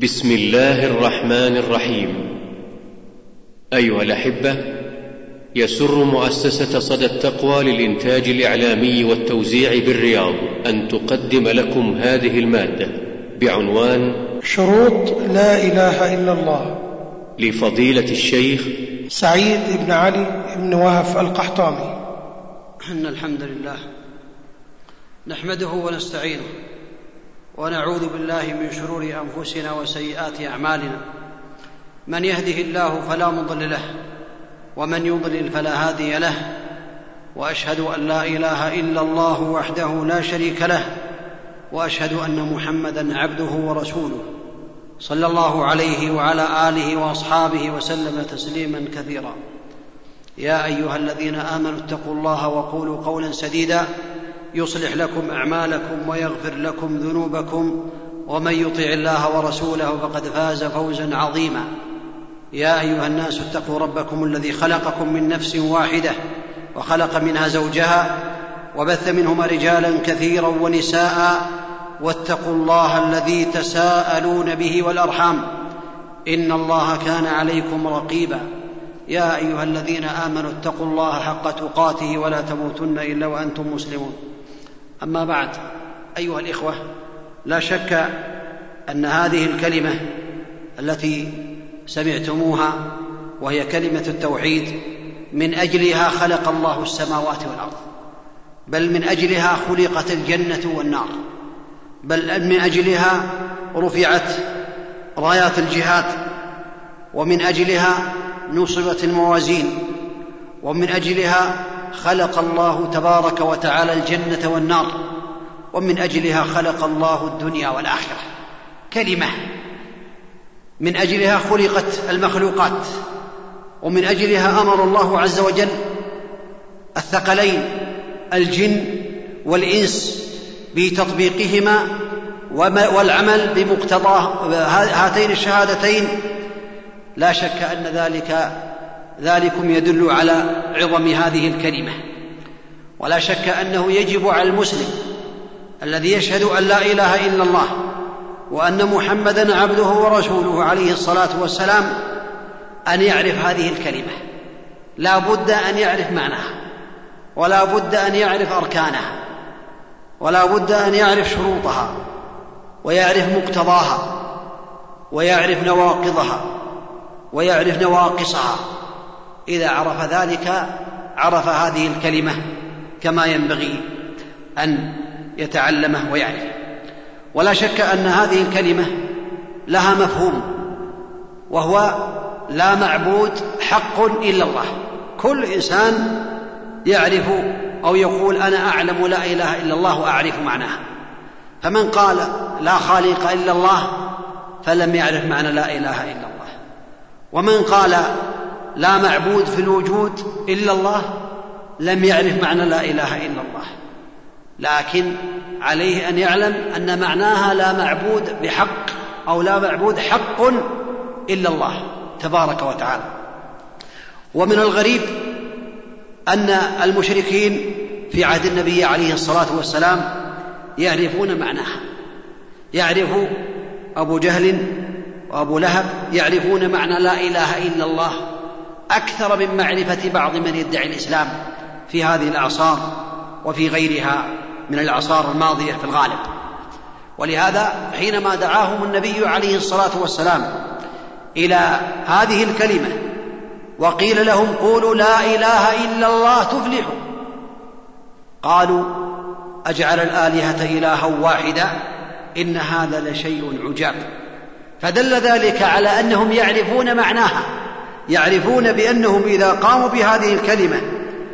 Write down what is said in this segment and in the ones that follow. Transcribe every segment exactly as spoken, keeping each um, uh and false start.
بسم الله الرحمن الرحيم. أيها الأحبة، يسر مؤسسة صدى التقوى للإنتاج الإعلامي والتوزيع بالرياض أن تقدم لكم هذه المادة بعنوان شروط لا إله إلا الله لفضيلة الشيخ سعيد بن علي بن وهف القحطاني. إن الحمد لله نحمده ونستعينه ونعوذ بالله من شرور أنفسنا وسيئات أعمالنا، من يهده الله فلا مضل له ومن يضلل فلا هادي له، وأشهد أن لا إله إلا الله وحده لا شريك له، وأشهد أن محمدًا عبده ورسوله صلى الله عليه وعلى آله وأصحابه وسلم تسليمًا كثيرا. يا أيها الذين آمنوا اتقوا الله وقولوا قولا سديدا يصلح لكم أعمالكم ويغفر لكم ذنوبكم، ومن يطع الله ورسوله فقد فاز فوزا عظيما. يا أيها الناس اتقوا ربكم الذي خلقكم من نفس واحدة وخلق منها زوجها وبث منهما رجالا كثيرا ونساء، واتقوا الله الذي تساءلون به والأرحام إن الله كان عليكم رقيبا. يا أيها الذين آمنوا اتقوا الله حق تقاته ولا تموتن إلا وأنتم مسلمون. أما بعد، أيها الإخوة، لا شك أن هذه الكلمة التي سمعتموها وهي كلمة التوحيد من أجلها خلق الله السماوات والأرض، بل من أجلها خلقت الجنة والنار، بل من أجلها رفعت رايات الجهاد، ومن أجلها نصبت الموازين، ومن أجلها خلق الله تبارك وتعالى الجنة والنار، ومن أجلها خلق الله الدنيا والآخرة. كلمة من أجلها خلقت المخلوقات، ومن أجلها أمر الله عز وجل الثقلين الجن والإنس بتطبيقهما والعمل بمقتضى هاتين الشهادتين. لا شك أن ذلك ذلكم يدل على عظم هذه الكلمة، ولا شك أنه يجب على المسلم الذي يشهد أن لا إله إلا الله وأن محمدًا عبده ورسوله عليه الصلاة والسلام أن يعرف هذه الكلمة. لا بد أن يعرف معناها، ولا بد أن يعرف أركانها، ولا بد أن يعرف شروطها، ويعرف مقتضاها، ويعرف نواقضها، ويعرف نواقصها. إذا عرف ذلك عرف هذه الكلمة كما ينبغي أن يتعلمه ويعرف. ولا شك أن هذه الكلمة لها مفهوم، وهو لا معبود حق إلا الله. كل إنسان يعرف أو يقول أنا أعلم لا إله إلا الله وأعرف معناها. فمن قال لا خالق إلا الله فلم يعرف معنى لا إله إلا الله، ومن قال لا معبود في الوجود إلا الله لم يعرف معنى لا إله إلا الله. لكن عليه أن يعلم أن معناها لا معبود بحق أو لا معبود حق إلا الله تبارك وتعالى. ومن الغريب أن المشركين في عهد النبي عليه الصلاة والسلام يعرفون معناها. يعرف أبو جهل وأبو لهب يعرفون معنى لا إله إلا الله أكثر من معرفة بعض من يدعي الإسلام في هذه الأعصار وفي غيرها من الأعصار الماضية في الغالب. ولهذا حينما دعاهم النبي عليه الصلاة والسلام إلى هذه الكلمة وقيل لهم قولوا لا إله إلا الله تفلحوا، قالوا أجعل الآلهة إلها واحدا إن هذا لشيء عجاب. فدل ذلك على أنهم يعرفون معناها، يعرفون بأنهم إذا قاموا بهذه الكلمة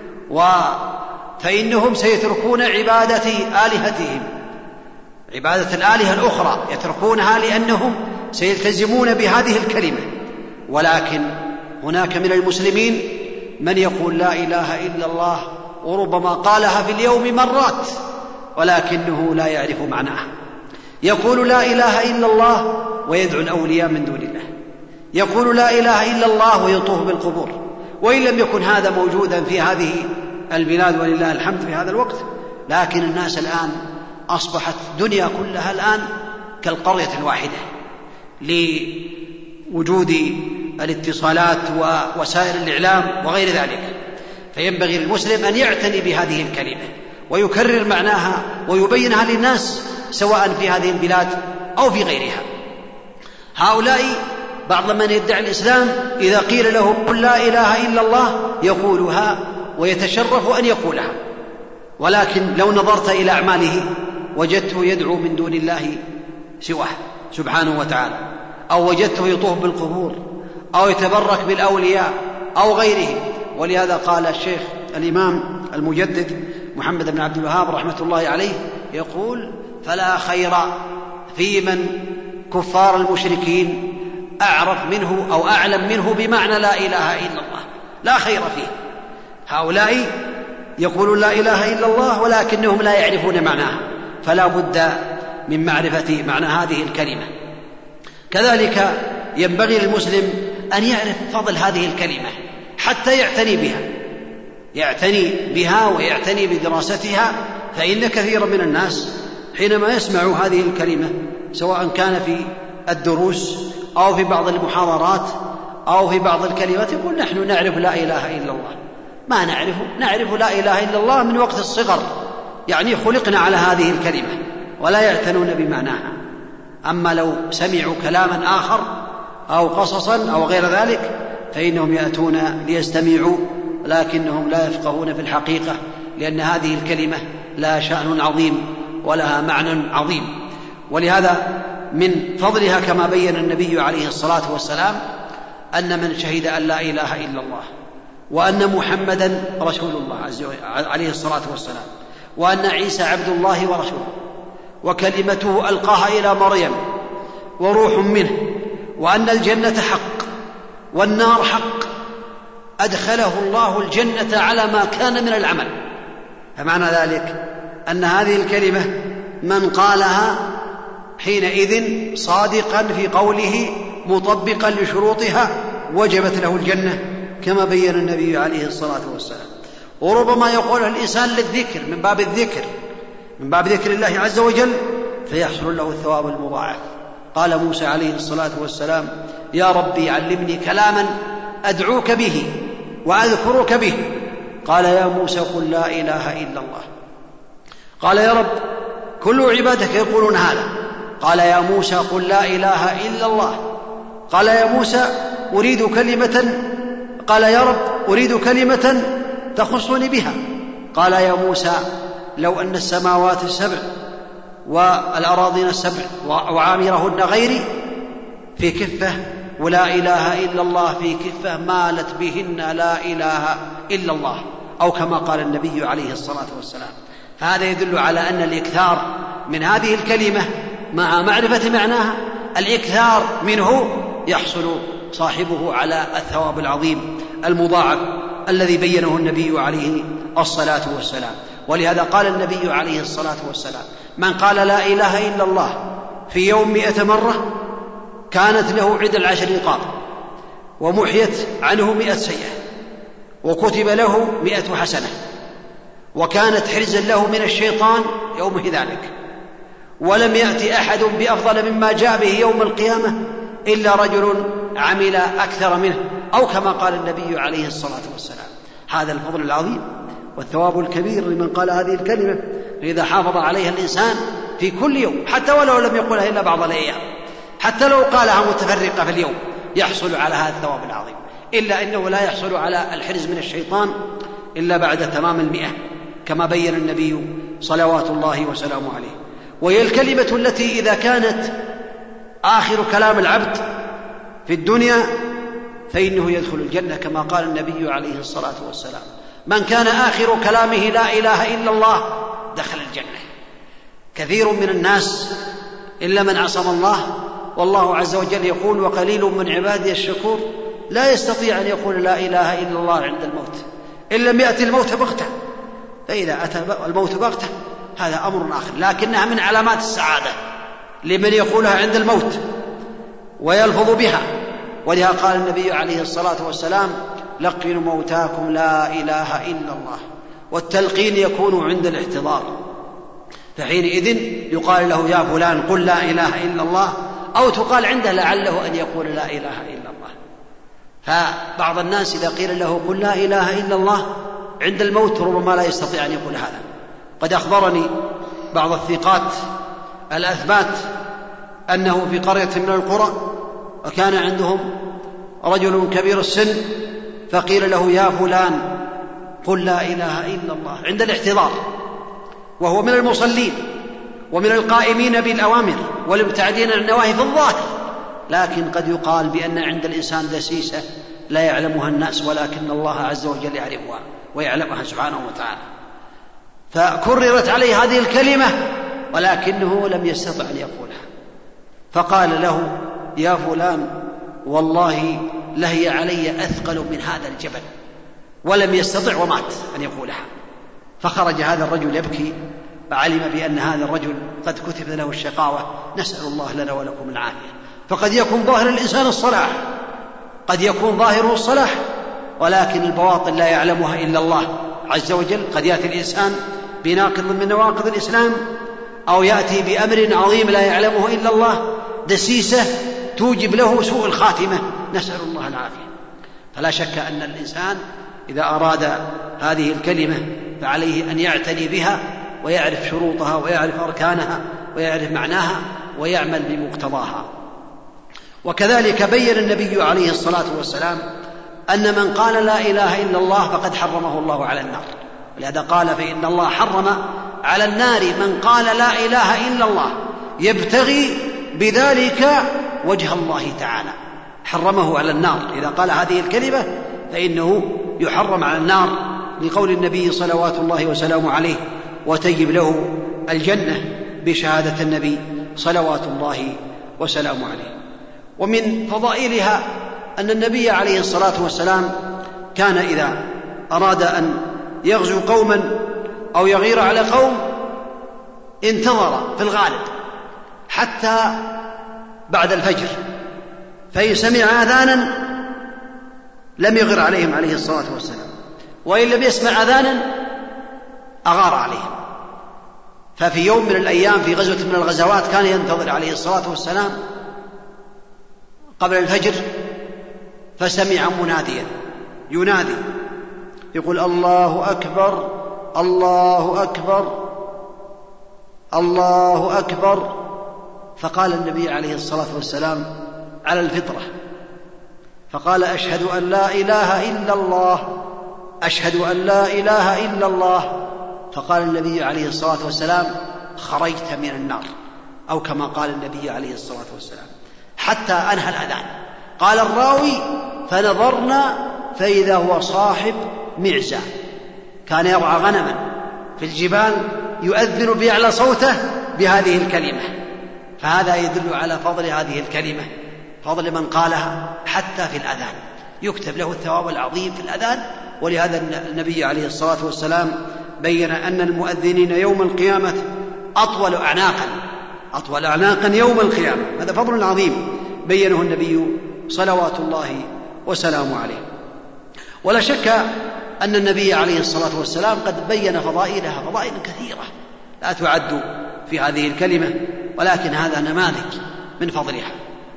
فإنهم سيتركون عبادة آلهتهم، عبادة الآلهة الأخرى يتركونها لأنهم سيلتزمون بهذه الكلمة. ولكن هناك من المسلمين من يقول لا إله إلا الله وربما قالها في اليوم مرات ولكنه لا يعرف معناها. يقول لا إله إلا الله ويدعو الأولياء من دون الله، يقول لا إله إلا الله ويطوف بالقبور. وإن لم يكن هذا موجودا في هذه البلاد ولله الحمد في هذا الوقت، لكن الناس الآن أصبحت دنيا كلها الآن كالقرية الواحدة، لوجود الاتصالات ووسائل الإعلام وغير ذلك. فينبغي للمسلم أن يعتني بهذه الكلمة ويكرر معناها ويبينها للناس سواء في هذه البلاد أو في غيرها. هؤلاء بعض من يدعي الإسلام إذا قيل له قل لا إله إلا الله يقولها ويتشرف أن يقولها، ولكن لو نظرت إلى أعماله وجدته يدعو من دون الله سواه سبحانه وتعالى، أو وجدته يطوف بالقبور أو يتبرك بالأولياء أو غيره. ولهذا قال الشيخ الإمام المجدد محمد بن عبد الوهاب رحمة الله عليه يقول: فلا خير في من كفار المشركين أعرف منه أو أعلم منه بمعنى لا إله إلا الله، لا خير فيه. هؤلاء يقولون لا إله إلا الله ولكنهم لا يعرفون معناها، فلا بد من معرفة معنى هذه الكلمة. كذلك ينبغي للمسلم أن يعرف فضل هذه الكلمة حتى يعتني بها يعتني بها ويعتني بدراستها، فإن كثيرا من الناس حينما يسمعوا هذه الكلمة سواء كان في الدروس أو في بعض المحاضرات أو في بعض الكلمات يقول: نحن نعرف لا إله إلا الله. ما نعرف نعرف لا إله إلا الله من وقت الصغر، يعني خلقنا على هذه الكلمة ولا يعتنون بمعناها. أما لو سمعوا كلاما آخر أو قصصا أو غير ذلك فإنهم يأتون ليستمعوا، لكنهم لا يفقهون في الحقيقة، لأن هذه الكلمة لها شأن عظيم ولها معنى عظيم. ولهذا من فضلها كما بين النبي عليه الصلاة والسلام أن من شهد أن لا إله إلا الله وأن محمدا رسول الله عليه الصلاة والسلام وأن عيسى عبد الله ورسوله وكلمته ألقاها إلى مريم وروح منه وأن الجنة حق والنار حق، أدخله الله الجنة على ما كان من العمل. فمعنى ذلك أن هذه الكلمة من قالها حينئذ صادقا في قوله مطبقا لشروطها وجبت له الجنة كما بين النبي عليه الصلاة والسلام. وربما يقولها الإنسان للذكر، من باب الذكر من باب ذكر الله عز وجل، فيحصل له الثواب المضاعف. قال موسى عليه الصلاة والسلام: يا ربي علمني كلاما أدعوك به وأذكرك به. قال: يا موسى قل لا إله إلا الله. قال: يا رب كل عبادك يقولون هذا. قال: يا موسى قل لا إله إلا الله. قال: يا موسى أريد كلمة قال: يا رب أريد كلمة تخصني بها. قال: يا موسى لو أن السماوات السبع والأراضين السبع وعامرهن غيري في كفة ولا إله إلا الله في كفة مالت بهن لا إله إلا الله، أو كما قال النبي عليه الصلاة والسلام. فهذا يدل على أن الإكثار من هذه الكلمة مع معرفة معناها، الإكثار منه يحصل صاحبه على الثواب العظيم المضاعف الذي بينه النبي عليه الصلاة والسلام. ولهذا قال النبي عليه الصلاة والسلام: من قال لا إله إلا الله في يوم مئة مرة كانت له عدل عشر رقاب ومحيت عنه مئة سيئة وكتب له مئة حسنة وكانت حرزا له من الشيطان يومه ذلك، ولم يأتي أحد بأفضل مما جاء به يوم القيامة إلا رجل عمل أكثر منه، أو كما قال النبي عليه الصلاة والسلام. هذا الفضل العظيم والثواب الكبير لمن قال هذه الكلمة، إذا حافظ عليها الإنسان في كل يوم، حتى ولو لم يقولها إلا بعض الأيام، حتى لو قالها متفرقة في اليوم يحصل على هذا الثواب العظيم. إلا أنه لا يحصل على الحرز من الشيطان إلا بعد تمام المئة كما بين النبي صلوات الله وسلامه عليه. وهي الكلمة التي إذا كانت آخر كلام العبد في الدنيا فإنه يدخل الجنة كما قال النبي عليه الصلاة والسلام: من كان آخر كلامه لا إله إلا الله دخل الجنة. كثير من الناس إلا من عصم الله، والله عز وجل يقول: وقليل من عبادي الشكور، لا يستطيع أن يقول لا إله إلا الله عند الموت إن لم يأتي الموت بغتة. فإذا أتى الموت بغتة هذا أمر آخر، لكنها من علامات السعادة لمن يقولها عند الموت ويلفظ بها. ولهذا قال النبي عليه الصلاة والسلام: لقنوا موتاكم لا إله إلا الله. والتلقين يكون عند الاحتضار، فحينئذ يقال له: يا فلان قل لا إله إلا الله، أو تقال عنده لعله أن يقول لا إله إلا الله. فبعض الناس إذا قيل له قل لا إله إلا الله عند الموت ربما لا يستطيع أن يقول هذا. قد أخبرني بعض الثقات الأثبات أنه في قرية من القرى وكان عندهم رجل كبير السن فقيل له يا فلان قل لا إله إلا الله عند الاحتضار، وهو من المصلين ومن القائمين بالأوامر والمبتعدين عن النواهي في الظاهر، لكن قد يقال بأن عند الإنسان دسيسة لا يعلمها الناس ولكن الله عز وجل يعرفها ويعلمها سبحانه وتعالى. فكررت عليه هذه الكلمة ولكنه لم يستطع أن يقولها، فقال له يا فلان والله لهي علي أثقل من هذا الجبل، ولم يستطع ومات أن يقولها. فخرج هذا الرجل يبكي فعلم بأن هذا الرجل قد كتب له الشقاوة، نسأل الله لنا ولكم العافية. فقد يكون ظاهر الإنسان الصلاح، قد يكون ظاهره الصلاح ولكن البواطن لا يعلمها إلا الله عز وجل. قد يأتي الإنسان بناقض من نواقض الإسلام أو يأتي بأمر عظيم لا يعلمه إلا الله، دسيسة توجب له سوء الخاتمة، نسأل الله العافية. فلا شك أن الإنسان إذا أراد هذه الكلمة فعليه أن يعتني بها ويعرف شروطها ويعرف أركانها ويعرف معناها ويعمل بمقتضاها. وكذلك بين النبي عليه الصلاة والسلام أن من قال لا إله إلا الله فقد حرمه الله على النار، ولهذا قال فإن الله حرم على النار من قال لا إله إلا الله يبتغي بذلك وجه الله تعالى، حرمه على النار. إذا قال هذه الكلمة فإنه يحرم على النار لقول النبي صلوات الله وسلامه عليه وتجب له الجنة بشهادة النبي صلوات الله وسلامه عليه. ومن فضائلها أن النبي عليه الصلاة والسلام كان إذا أراد أن يغزو قوما أو يغير على قوم انتظر في الغالب حتى بعد الفجر، فإن سمع آذانا لم يغر عليهم عليه الصلاة والسلام، وإن لم يسمع آذانا أغار عليهم. ففي يوم من الأيام في غزوة من الغزوات كان ينتظر عليه الصلاة والسلام قبل الفجر فسمع مناديا ينادي يقول الله أكبر الله أكبر الله أكبر. فقال النبي عليه الصلاة والسلام على الفطرة فقال أشهد أن لا إله إلا الله أشهد أن لا إله إلا الله. فقال النبي عليه الصلاة والسلام خرجت من النار، أو كما قال النبي عليه الصلاة والسلام، حتى أنهى الأذان. قال الراوي فنظرنا فإذا هو صاحب معزة كان يرعى غنما في الجبال يؤذن بأعلى صوته بهذه الكلمة. فهذا يدل على فضل هذه الكلمة، فضل من قالها حتى في الأذان يكتب له الثواب العظيم في الأذان. ولهذا النبي عليه الصلاة والسلام بين أن المؤذنين يوم القيامة أطول أعناقا أطول أعناقا يوم القيامة. هذا فضل عظيم بينه النبي صلوات الله وسلامه عليه. ولا شك أن النبي عليه الصلاة والسلام قد بين فضائلها فضائل كثيرة لا تعد في هذه الكلمة، ولكن هذا نماذج من فضلها.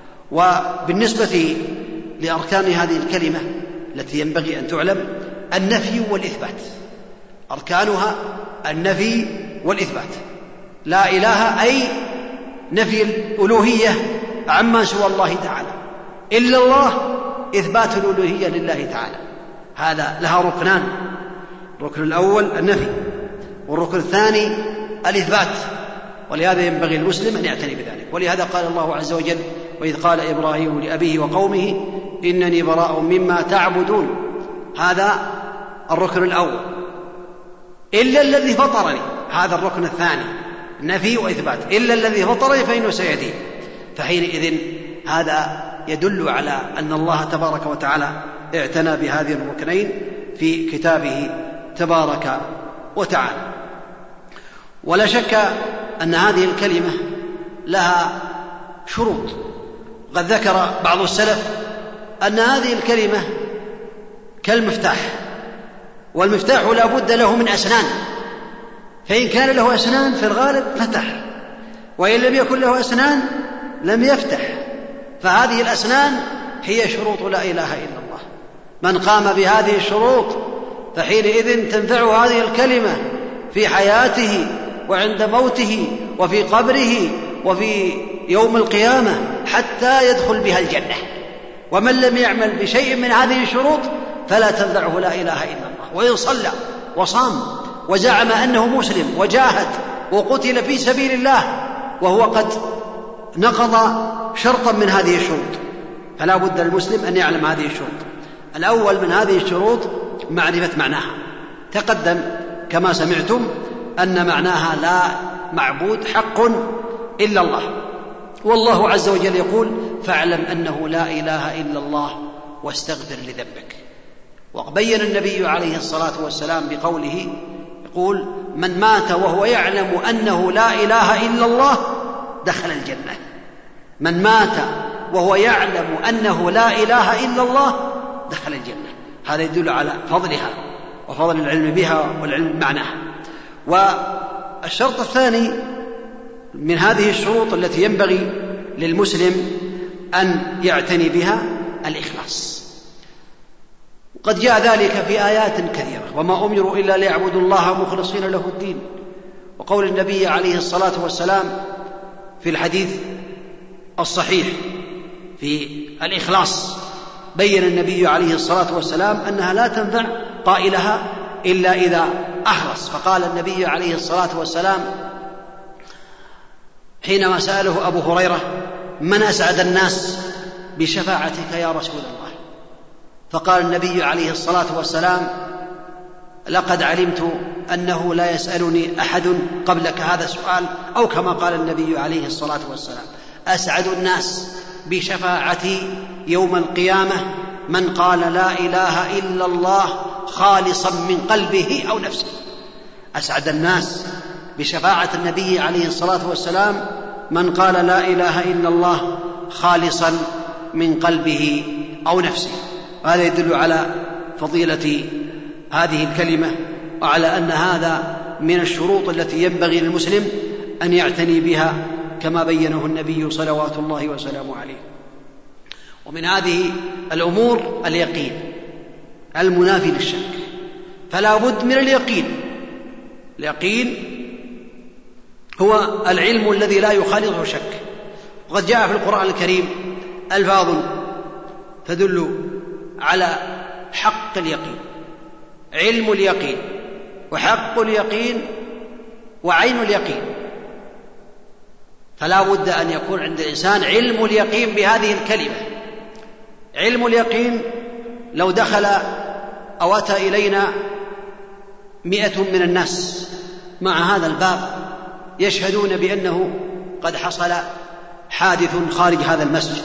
وبالنسبة لأركان هذه الكلمة التي ينبغي أن تعلم النفي والإثبات، أركانها النفي والإثبات. لا إله أي نفي الألوهية عما سوى الله تعالى، إلا الله إثبات الألوهية لله تعالى. هذا لها ركنان، الركن الأول النفي والركن الثاني الإثبات، ولهذا ينبغي المسلم أن يعتني بذلك. ولهذا قال الله عز وجل وإذ قال إبراهيم لأبيه وقومه إنني براء مما تعبدون. هذا الركن الأول. إلا الذي فطرني، هذا الركن الثاني نفي وإثبات، إلا الذي فطرني فإنه سيهدين. فحينئذ هذا يدل على أن الله تبارك وتعالى اعتنى بهذه الركنين في كتابه تبارك وتعالى. ولا شك أن هذه الكلمة لها شروط. قد ذكر بعض السلف أن هذه الكلمة كالمفتاح، والمفتاح لا بد له من أسنان، فإن كان له أسنان في الغالب فتح، وإن لم يكن له أسنان لم يفتح. فهذه الأسنان هي شروط لا إله إلا الله. من قام بهذه الشروط فحينئذ تنفعه هذه الكلمة في حياته وعند موته وفي قبره وفي يوم القيامة حتى يدخل بها الجنة. ومن لم يعمل بشيء من هذه الشروط فلا تنفعه لا إله إلا الله. وإن صلى وصام وزعم أنه مسلم وجاهد وقتل في سبيل الله وهو قد نقض شرطا من هذه الشروط، فلا بد للمسلم أن يعلم هذه الشروط. الأول من هذه الشروط معرفة معناها. تقدم كما سمعتم أن معناها لا معبود حق إلا الله، والله عز وجل يقول فاعلم أنه لا إله إلا الله واستغفر لذنبك. وبين النبي عليه الصلاة والسلام بقوله يقول من مات وهو يعلم أنه لا إله إلا الله دخل الجنة. من مات وهو يعلم أنه لا إله إلا الله دخل الجنة. هذا يدل على فضلها وفضل العلم بها والعلم بمعناها. والشرط الثاني من هذه الشروط التي ينبغي للمسلم أن يعتني بها الإخلاص. وقد جاء ذلك في آيات كثيرة وما أمروا إلا ليعبدوا الله مخلصين له الدين. وقول النبي عليه الصلاة والسلام في الحديث الصحيح في الإخلاص بين النبي عليه الصلاة والسلام أنها لا تنفع قائلها إلا إذا أخلص. فقال النبي عليه الصلاة والسلام حينما سأله أبو هريرة من أسعد الناس بشفاعتك يا رسول الله؟ فقال النبي عليه الصلاة والسلام لقد علمت أنه لا يسألني أحد قبلك هذا السؤال، أو كما قال النبي عليه الصلاة والسلام أسعد الناس بشفاعتي يوم القيامة من قال لا إله إلا الله خالصا من قلبه أو نفسه. أسعد الناس بشفاعة النبي عليه الصلاة والسلام من قال لا إله إلا الله خالصا من قلبه أو نفسه. هذا يدل على فضيلة هذه الكلمة وعلى أن هذا من الشروط التي ينبغي للمسلم أن يعتني بها كما بينه النبي صلوات الله وسلامه عليه. ومن هذه الأمور اليقين المنافي للشك، فلا بد من اليقين. اليقين هو العلم الذي لا يخالطه شك. وقد جاء في القرآن الكريم ألفاظ تدل على حق اليقين: علم اليقين وحق اليقين وعين اليقين. فلا بد أن يكون عند الإنسان علم اليقين بهذه الكلمة. علم اليقين لو دخل أو أتى إلينا مئة من الناس مع هذا الباب يشهدون بأنه قد حصل حادث خارج هذا المسجد،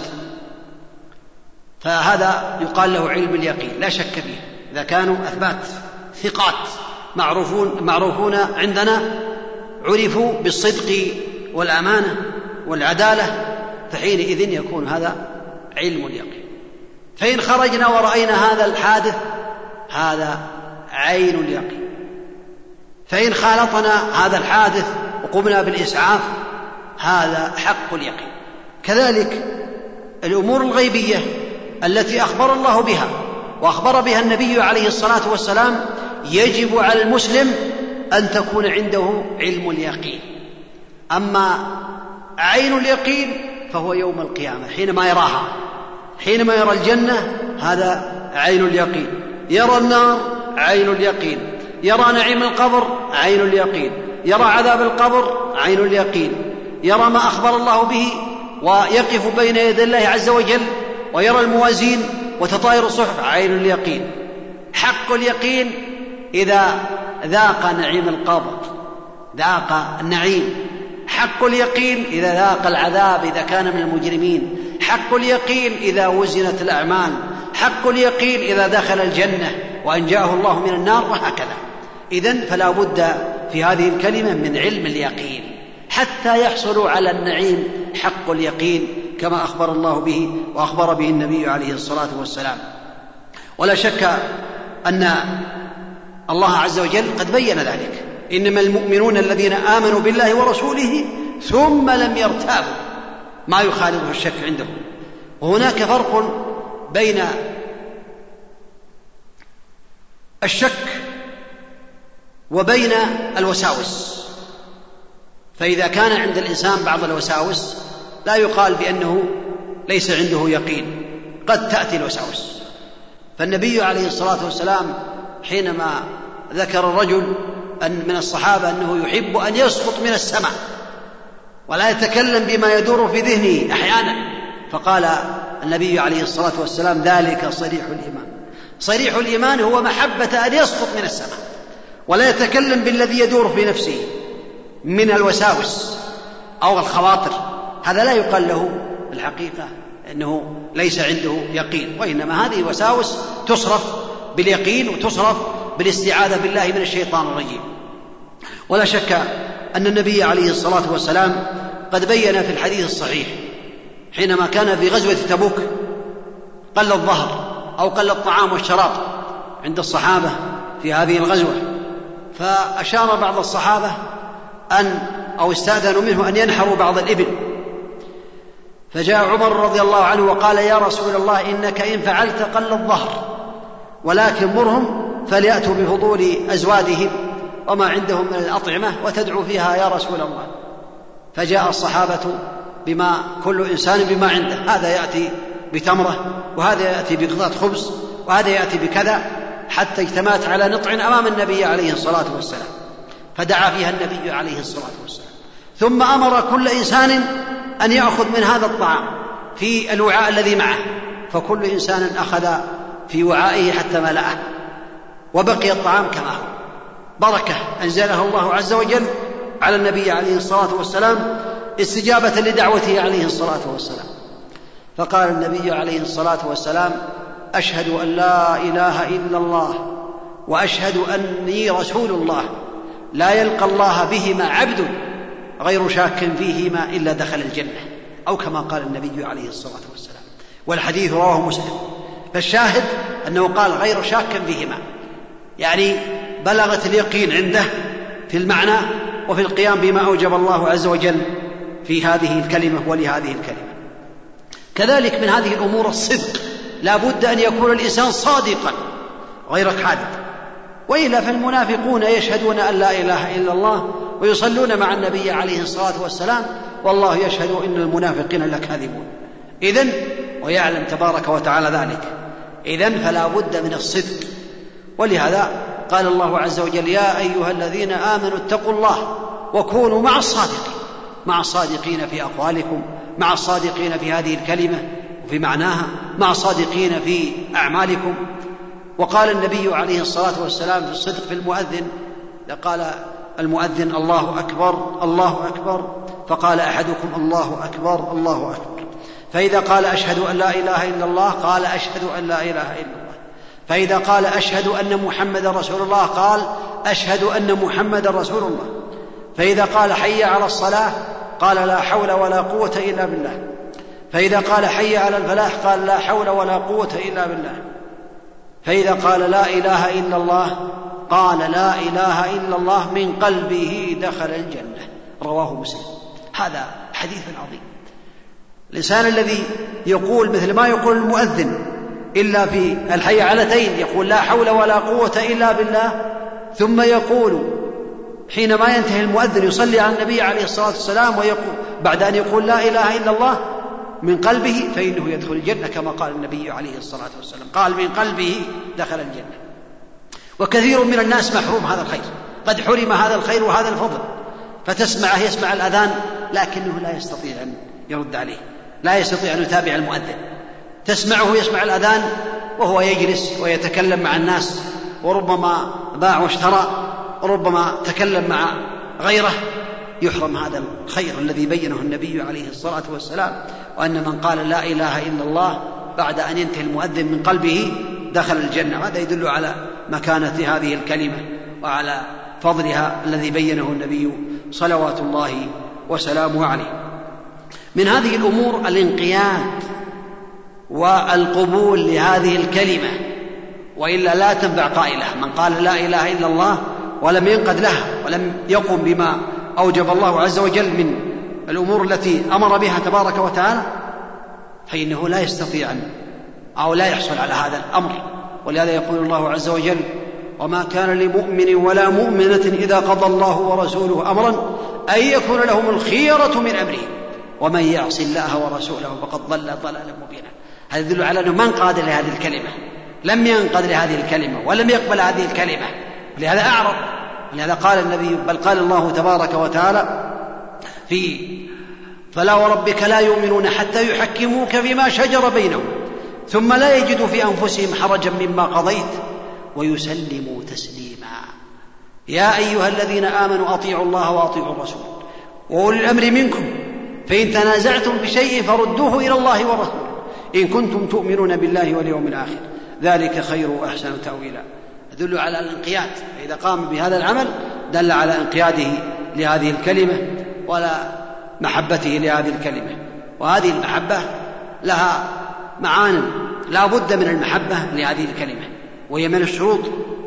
فهذا يقال له علم اليقين لا شك فيه. إذا كانوا أثبات ثقات معروفون, معروفون عندنا عرفوا بالصدق والأمانة والعدالة، فحينئذ يكون هذا علم اليقين. فإن خرجنا ورأينا هذا الحادث هذا عين اليقين. فإن خالطنا هذا الحادث وقمنا بالإسعاف هذا حق اليقين. كذلك الأمور الغيبية التي أخبر الله بها وأخبر بها النبي عليه الصلاة والسلام يجب على المسلم أن تكون عنده علم اليقين. أما عين اليقين فهو يوم القيامة حينما يراها، حينما يرى الجنة هذا عين اليقين، يرى النار عين اليقين، يرى نعيم القبر عين اليقين، يرى عذاب القبر عين اليقين، يرى ما أخبر الله به ويقف بين يدي الله عز وجل ويرى الموازين وتطاير الصحف عين اليقين. حق اليقين إذا ذاق نعيم القبر ذاق النعيم، حق اليقين إذا ذاق العذاب إذا كان من المجرمين، حق اليقين إذا وزنت الأعمال، حق اليقين إذا دخل الجنة وأنجاه الله من النار، وهكذا. إذن فلا بد في هذه الكلمة من علم اليقين حتى يحصلوا على النعيم حق اليقين كما أخبر الله به وأخبر به النبي عليه الصلاة والسلام. ولا شك أن الله عز وجل قد بين ذلك: إنما المؤمنون الذين آمنوا بالله ورسوله ثم لم يرتابوا ما يخالفه الشك عنده. وهناك فرق بين الشك وبين الوساوس. فإذا كان عند الإنسان بعض الوساوس لا يقال بأنه ليس عنده يقين، قد تأتي الوساوس. فالنبي عليه الصلاة والسلام حينما ذكر الرجل أن من الصحابة أنه يحب أن يسقط من السماء ولا يتكلم بما يدور في ذهنه أحيانا، فقال النبي عليه الصلاة والسلام ذلك صريح الإيمان. صريح الإيمان هو محبة أن يسقط من السماء ولا يتكلم بالذي يدور في نفسه من الوساوس أو الخواطر. هذا لا يقال له الحقيقة أنه ليس عنده يقين، وإنما هذه وساوس تصرف باليقين وتصرف بالاستعاذة بالله من الشيطان الرجيم. ولا شك أن النبي عليه الصلاة والسلام قد بين في الحديث الصحيح حينما كان في غزوة تبوك قل الظهر أو قل الطعام والشراب عند الصحابة في هذه الغزوة، فأشار بعض الصحابة أن أو استأذنوا منه أن ينحروا بعض الإبل، فجاء عمر رضي الله عنه وقال يا رسول الله إنك إن فعلت قل الظهر، ولكن مرهم فليأتوا بفضول أزوادهم وما عندهم من الأطعمة وتدعو فيها يا رسول الله. فجاء الصحابة بما كل إنسان بما عنده، هذا يأتي بتمرة وهذا يأتي بقطعة خبز وهذا يأتي بكذا، حتى اجتمعت على نطع أمام النبي عليه الصلاة والسلام، فدعا فيها النبي عليه الصلاة والسلام، ثم أمر كل إنسان أن يأخذ من هذا الطعام في الوعاء الذي معه، فكل إنسان أخذ في وعائه حتى ملأه وبقي الطعام كما هو، بركة أنزلها الله عز وجل على النبي عليه الصلاة والسلام استجابة لدعوته عليه الصلاة والسلام. فقال النبي عليه الصلاة والسلام أشهد أن لا إله إلا الله وأشهد أني رسول الله، لا يلقى الله بهما عبد غير شاك فيهما إلا دخل الجنة، أو كما قال النبي عليه الصلاة والسلام، والحديث رواه مسلم. فالشاهد أنه قال غير شاك فيهما، يعني بلغت اليقين عنده في المعنى وفي القيام بما أوجب الله عز وجل في هذه الكلمة ولهذه الكلمة. كذلك من هذه الأمور الصدق، لا بد أن يكون الإنسان صادقا غير كاذب، وإلا فالمنافقون يشهدون أن لا إله إلا الله ويصلون مع النبي عليه الصلاة والسلام والله يشهد إن المنافقين لكاذبون. إذن ويعلم تبارك وتعالى ذلك، إذن فلا بد من الصدق. ولهذا قال الله عز وجل يا أيها الذين آمنوا اتقوا الله وكونوا مع الصادقين، مع الصادقين في أقوالكم، مع الصادقين في هذه الكلمة وفي معناها، مع الصادقين في أعمالكم. وقال النبي عليه الصلاة والسلام في الصدق في المؤذن، قال المؤذن الله أكبر الله أكبر، فقال أحدكم الله أكبر الله أكبر، فإذا قال أشهد أن لا إله إلا الله قال أشهد أن لا إله إلا الله، فإذا قال أشهد أن محمد رسول الله قال أشهد أن محمد رسول الله، فإذا قال حي على الصلاة قال لا حول ولا قوة إلا بالله، فإذا قال حي على الفلاح قال لا حول ولا قوة إلا بالله، فإذا قال لا إله إلا الله قال لا إله إلا الله من قلبه دخل الجنة. رواه مسلم. هذا حديث عظيم. الإنسان الذي يقول مثل ما يقول المؤذن إلا في الحي علتين، يقول لا حول ولا قوة إلا بالله، ثم يقول حينما ينتهي المؤذن يصلي على النبي عليه الصلاة والسلام ويقول بعد أن يقول لا إله إلا الله من قلبه فإنه يدخل الجنة كما قال النبي عليه الصلاة والسلام، قال من قلبه دخل الجنة. وكثير من الناس محروم هذا الخير، قد حرم هذا الخير وهذا الفضل، فتسمعه يسمع الأذان لكنه لا يستطيع أن يرد عليه، لا يستطيع أن يتابع المؤذن، تسمعه يسمع الأذان وهو يجلس ويتكلم مع الناس، وربما باع واشترى، وربما تكلم مع غيره، يحرم هذا الخير الذي بينه النبي عليه الصلاة والسلام، وأن من قال لا إله إلا الله بعد أن ينتهي المؤذن من قلبه دخل الجنة. هذا يدل على مكانة هذه الكلمة وعلى فضلها الذي بينه النبي صلوات الله وسلامه عليه. من هذه الأمور الانقياد والقبول لهذه الكلمة، وإلا لا تنفع قائلها. من قال لا إله إلا الله ولم ينقد لها ولم يقم بما أوجب الله عز وجل من الأمور التي أمر بها تبارك وتعالى فإنه لا يستطيع أو لا يحصل على هذا الأمر. ولهذا يقول الله عز وجل: وما كان لمؤمن ولا مؤمنة إذا قضى الله ورسوله أمرا أن يكون لهم الخيرة من أمرهم ومن يعص الله ورسوله فقد ضل ضلالا مبينا. هذا يدل على أنه من قاد لهذه الكلمة، لم ينقد لهذه الكلمة ولم يقبل هذه الكلمة، ولهذا أعرض. ولهذا قال النبي، بل قال الله تبارك وتعالى في فلا وربك لا يؤمنون حتى يحكموك فيما شجر بينهم ثم لا يجدوا في أنفسهم حرجا مما قضيت ويسلموا تسليما. يا أيها الذين آمنوا أطيعوا الله وأطيعوا الرسول وأولي الأمر منكم فإن تنازعتم بشيء فردوه إلى الله ورسوله إن كنتم تؤمنون بالله واليوم الآخر ذلك خير وأحسن تأويلا. يدل على الانقياد، فإذا قام بهذا العمل دل على انقياده لهذه الكلمة ولا محبته لهذه الكلمة. وهذه المحبة لها معان، لا بد من المحبة لهذه الكلمة وهي من الشروط.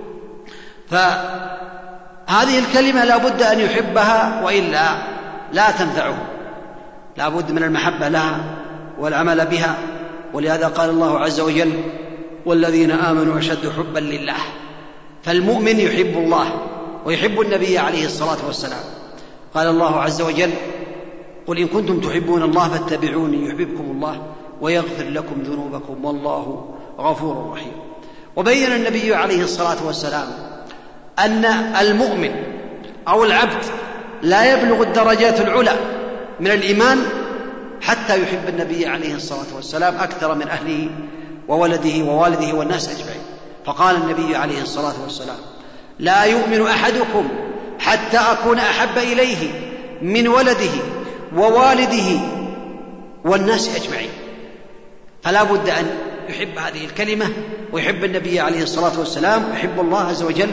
فهذه الكلمة لا بد أن يحبها وإلا لا تنفعه، لا بد من المحبة لها والعمل بها. ولهذا قال الله عز وجل: والذين آمنوا أشد حبا لله. فالمؤمن يحب الله ويحب النبي عليه الصلاة والسلام. قال الله عز وجل: قل إن كنتم تحبون الله فاتبعوني يحببكم الله ويغفر لكم ذنوبكم والله غفور رحيم. وبين النبي عليه الصلاة والسلام أن المؤمن أو العبد لا يبلغ الدرجات العلى من الإيمان حتى يحب النبي عليه الصلاة والسلام أكثر من أهله وولده ووالده والناس أجمعين. فقال النبي عليه الصلاة والسلام: لا يؤمن أحدكم حتى أكون أحب إليه من ولده ووالده والناس أجمعين. فلا بد أن يحب هذه الكلمة ويحب النبي عليه الصلاة والسلام ويحب الله عز وجل.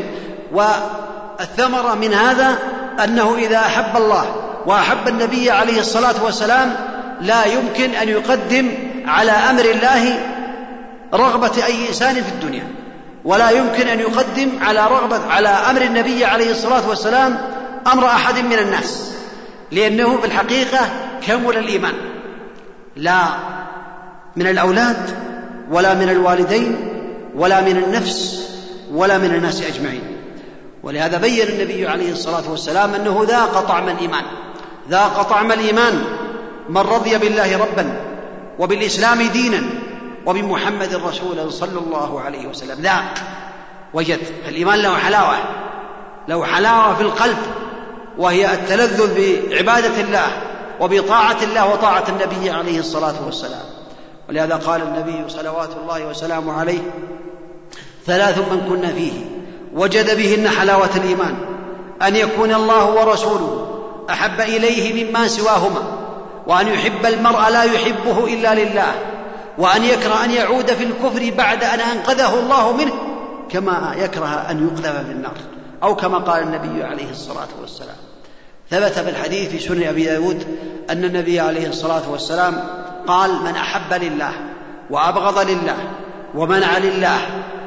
والثمرة من هذا أنه إذا أحب الله وأحب النبي عليه الصلاة والسلام لا يمكن أن يقدم على أمر الله رغبة أي إنسان في الدنيا، ولا يمكن أن يقدم على رغبة على أمر النبي عليه الصلاة والسلام أمر أحد من الناس، لأنه في الحقيقة كمل الإيمان، لا من الأولاد ولا من الوالدين ولا من النفس ولا من الناس أجمعين. ولهذا بين النبي عليه الصلاة والسلام أنه ذاق طعم الإيمان، ذاق طعم الإيمان من رضي بالله ربا وبالإسلام دينا وبمحمد رسولا صلى الله عليه وسلم. ذاق وجد. الإيمان له حلاوة، له حلاوة في القلب، وهي التلذذ بعبادة الله وبطاعة الله وطاعة النبي عليه الصلاة والسلام. ولهذا قال النبي صلوات الله وسلامه عليه: ثلاث من كن فيه وجد بهن حلاوة الإيمان: أن يكون الله ورسوله أحب إليه مما سواهما، وأن يحب المرء لا يحبه إلا لله، وأن يكره أن يعود في الكفر بعد أن أنقذه الله منه، كما يكره أن يقذف في النار، أو كما قال النبي عليه الصلاة والسلام. ثبت في الحديث في سنن أبي داود أن النبي عليه الصلاة والسلام قال: من أحب لله وأبغض لله ومنع لله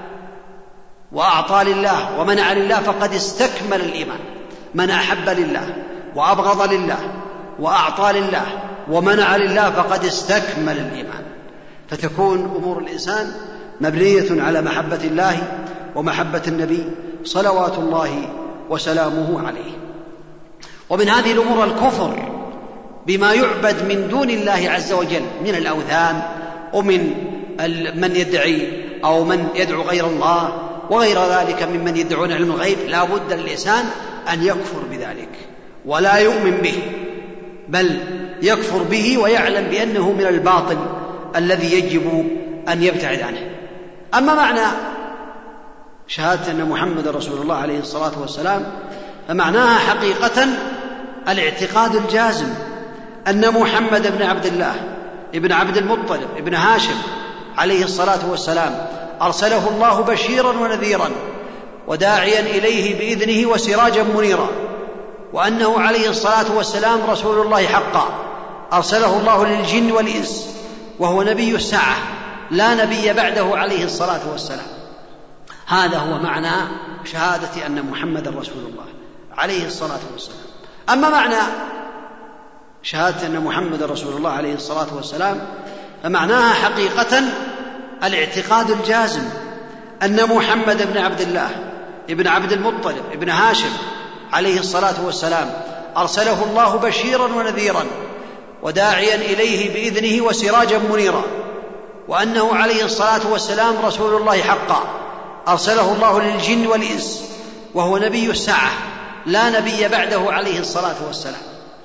وأعطى لله ومنع لله فقد استكمل الإيمان. من أحب لله وأبغض لله وأعطى لله ومنع لله فقد استكمل الإيمان. فتكون أمور الإنسان مبنية على محبة الله ومحبة النبي صلوات الله وسلامه عليه. ومن هذه الأمور الكفر بما يعبد من دون الله عز وجل من الأوثان ومن من يدعي أو من يدعو غير الله وغير ذلك ممن يدعون علم الغيب. لا بد للإنسان أن يكفر بذلك ولا يؤمن به، بل يكفر به ويعلم بأنه من الباطل الذي يجب أن يبتعد عنه. أما معنى شهادة أن محمد رسول الله عليه الصلاة والسلام فمعناها حقيقة الاعتقاد الجازم أن محمد بن عبد الله ابن عبد المطلب ابن هاشم عليه الصلاة والسلام أرسله الله بشيرا ونذيرا وداعيا إليه بإذنه وسراجا منيرا، وأنه عليه الصلاة والسلام رسول الله حقا أرسله الله للجن والإنس، وهو نبي الساعة لا نبي بعده عليه الصلاة والسلام. هذا هو معنى شهادة أن محمد رسول الله عليه الصلاة والسلام. أما معنى شهادة أن محمد رسول الله عليه الصلاة والسلام، فمعناها حقيقة الاعتقاد الجازم أن محمد بن عبد الله ابن عبد المطلب ابن هاشم عليه الصلاة والسلام أرسله الله بشيرا ونذيرا وداعيا إليه بإذنه وسراجا منيرا، وأنه عليه الصلاة والسلام رسول الله حقا أرسله الله للجن والإنس، وهو نبي الساعة لا نبي بعده عليه الصلاة والسلام.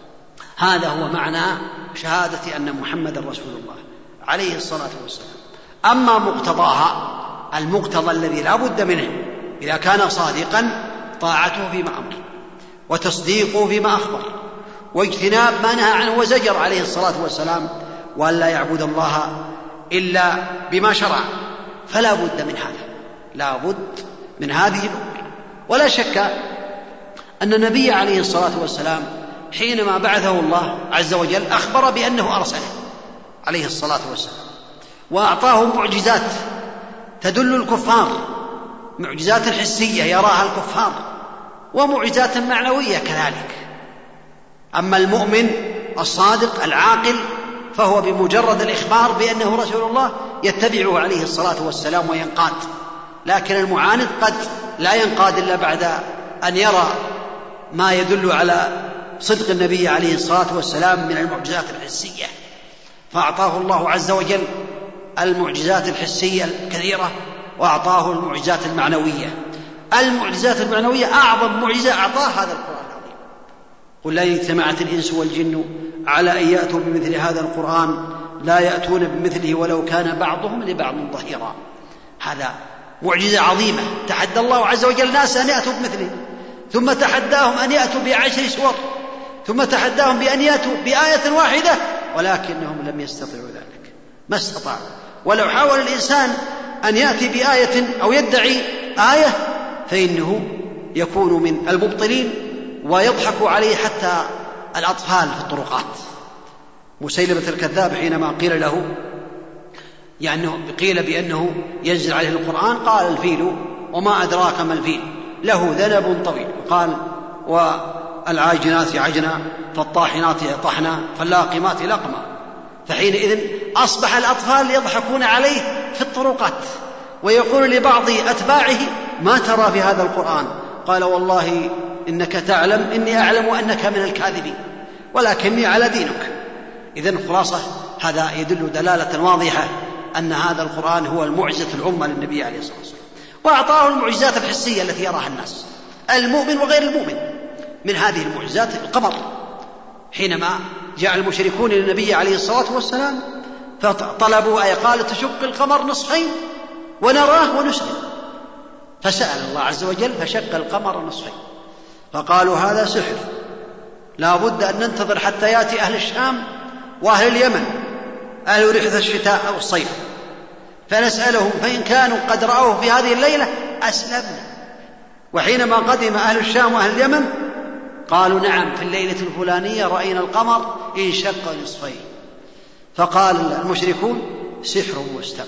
هذا هو معنى شهادة أن محمد رسول الله عليه الصلاة والسلام. أما مقتضاها، المقتضى الذي لا بد منه إذا كان صادقا، طاعته فيما أمر وتصديقه فيما أخبر واجتناب ما نهى عنه وزجر عليه الصلاة والسلام، وأن لا يعبد الله إلا بما شرع. فلا بد من هذا، لا بد من هذه الأمور. ولا شك أن النبي عليه الصلاة والسلام حينما بعثه الله عز وجل أخبر بأنه أرسله عليه الصلاة والسلام، وأعطاه معجزات تدل الكفار، معجزات حسية يراها الكفار ومعجزات معنوية كذلك. أما المؤمن الصادق العاقل فهو بمجرد الإخبار بأنه رسول الله يتبعه عليه الصلاة والسلام وينقاد. لكن المعاند قد لا ينقاد إلا بعد أن يرى ما يدل على صدق النبي عليه الصلاة والسلام من المعجزات الحسية، فأعطاه الله عز وجل المعجزات الحسية الكثيرة، وأعطاه المعجزات المعنوية. المعجزات المعنوية أعظم معجزة أعطاه هذا القرآن العظيم. قل لئن اجتمعت الإنس والجن على أن يأتوا بمثل هذا القرآن لا يأتون بمثله ولو كان بعضهم لبعض ظهيرا. هذا معجزة عظيمة، تحدى الله عز وجل الناس أن يأتوا بمثله، ثم تحداهم أن يأتوا بعشر سور، ثم تحداهم بأن يأتوا بآية واحدة، ولكنهم لم يستطيعوا ذلك، ما استطاعوا. ولو حاول الإنسان أن يأتي بآية أو يدعي آية فإنه يكون من المبطلين ويضحك عليه حتى الأطفال في الطرقات. مسيلمة الكذاب حينما قيل له يعني قيل بأنه ينزل عليه القرآن قال الفيل وما أدراك ما الفيل له ذنب طويل، قال والعاجنات عجنا فالطاحنات طحنا فاللاقمات لقما. فحينئذ أصبح الأطفال يضحكون عليه في الطرقات، ويقول لبعض أتباعه ما ترى في هذا القرآن؟ قال والله إنك تعلم إني أعلم أنك من الكاذبين ولكني على دينك. إذن خلاصة هذا يدل دلالة واضحة أن هذا القرآن هو المعجزة العظمى للنبي عليه الصلاة والسلام، وأعطاه المعجزات الحسية التي يراها الناس المؤمن وغير المؤمن. من هذه المعجزات القمر، حينما جاء المشركون للنبي عليه الصلاة والسلام فطلبوا أي قال تشق القمر نصفين ونراه ونسلم، فسأل الله عز وجل فشق القمر نصفين، فقالوا هذا سحر، لا بد أن ننتظر حتى يأتي أهل الشام وأهل اليمن أهل رحلة الشتاء أو الصيف فنسألهم، فإن كانوا قد رأوه في هذه الليلة أسلمنا. وحينما قدم أهل الشام وأهل اليمن قالوا نعم في الليلة الفلانية رأينا القمر انشق نصفين. فقال المشركون سحر مستمر،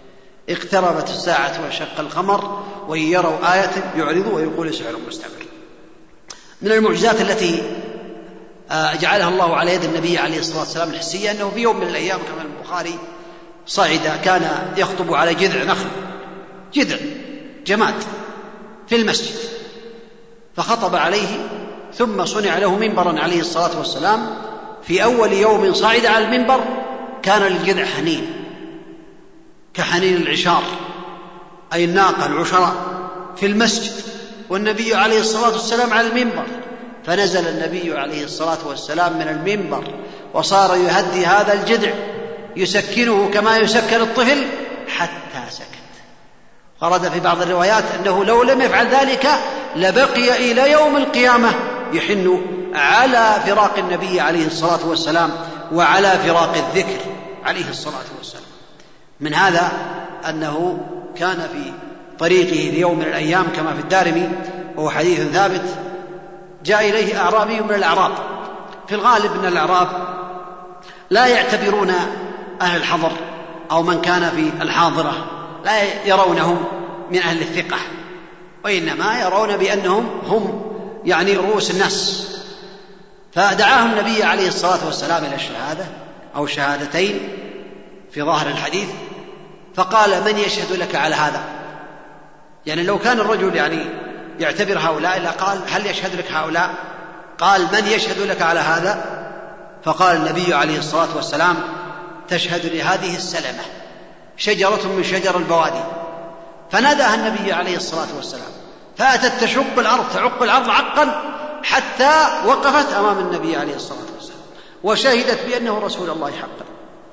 اقتربت الساعة وانشق القمر، وإن يروا آية يعرضوا ويقول سحر مستمر. من المعجزات التي جعلها الله على يد النبي عليه الصلاة والسلام الحسية أنه في يوم من الأيام كما البخاري صعد كان يخطب على جذع نخل، جذع جماد في المسجد، فخطب عليه ثم صنع له منبرا عليه الصلاة والسلام. في أول يوم صعد على المنبر كان الجذع حنين كحنين العشار أي الناقة العشراء في المسجد، والنبي عليه الصلاة والسلام على المنبر، فنزل النبي عليه الصلاة والسلام من المنبر وصار يهدي هذا الجذع يسكنه كما يسكن الطفل حتى سكت. ورد في بعض الروايات أنه لو لم يفعل ذلك لبقي إلى يوم القيامة يحن على فراق النبي عليه الصلاة والسلام وعلى فراق الذكر عليه الصلاة والسلام. من هذا أنه كان في طريقه في يوم من الأيام كما في الدارمي وهو حديث ثابت، جاء إليه أعرابي من الأعراب. في الغالب أن الأعراب لا يعتبرون أهل الحضر أو من كان في الحاضرة لا يرونهم من أهل الثقة، وإنما يرون بأنهم هم يعني رؤوس الناس فدعاه النبي عليه الصلاة والسلام إلى الشهادة أو شهادتين في ظاهر الحديث، فقال: من يشهد لك على هذا؟ يعني لو كان الرجل يعني يعتبر هؤلاء إلا قال: هل يشهد لك هؤلاء؟ قال: من يشهد لك على هذا؟ فقال النبي عليه الصلاة والسلام: تشهد لهذه السلمة، شجرة من شجر البوادي. فناداها النبي عليه الصلاة والسلام، فأتت تشق الأرض تعق الأرض عقا حتى وقفت أمام النبي عليه الصلاة والسلام وشهدت بأنه رسول الله حقا.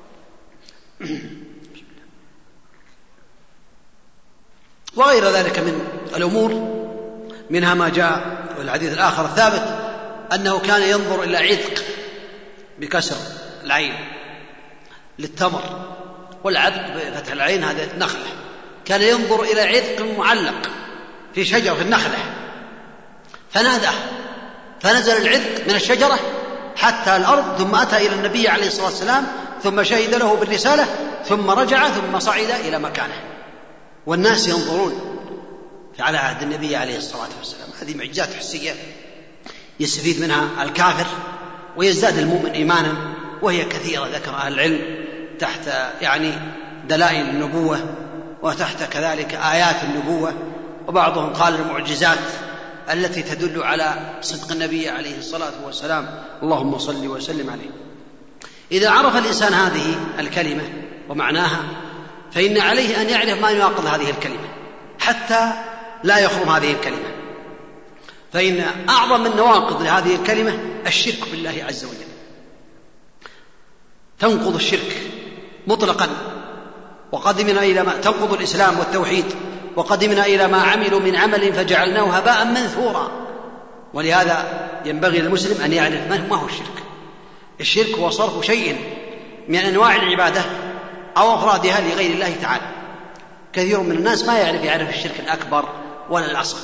وغير ذلك من الأمور، منها ما جاء والحديث الآخر الثابت أنه كان ينظر إلى عذق بكسر العين للتمر، والعذق بفتح العين هذا نخلة، كان ينظر إلى عذق معلق في شجرة في النخلة فناداه، فنزل العذق من الشجرة حتى الأرض، ثم أتى إلى النبي عليه الصلاة والسلام ثم شهد له بالرسالة، ثم رجع ثم صعد إلى مكانه، والناس ينظرون على عهد النبي عليه الصلاة والسلام. هذه معجزات حسية يستفيد منها الكافر ويزداد المؤمن إيمانا، وهي كثيرة ذكر أهل العلم تحت يعني دلائل النبوة وتحت كذلك آيات النبوة، وبعضهم قال المعجزات التي تدل على صدق النبي عليه الصلاة والسلام. اللهم صل وسلم عليه. إذا عرف الإنسان هذه الكلمة ومعناها فإن عليه أن يعرف ما يناقض هذه الكلمة حتى لا يخرم هذه الكلمة، فإن أعظم من نواقض لهذه الكلمة الشرك بالله عز وجل، تنقض الشرك مطلقا. وقدمنا إلى ما تنقض الإسلام والتوحيد، وقدمنا إلى ما عملوا من عمل فجعلناه هباء منثورا. ولهذا ينبغي للمسلم أن يعرف ما هو الشرك. الشرك هو صرف شيء من أنواع العبادة أو أفرادها لغير الله تعالى. كثير من الناس ما يعرف يعرف الشرك الأكبر ولا الأصغر،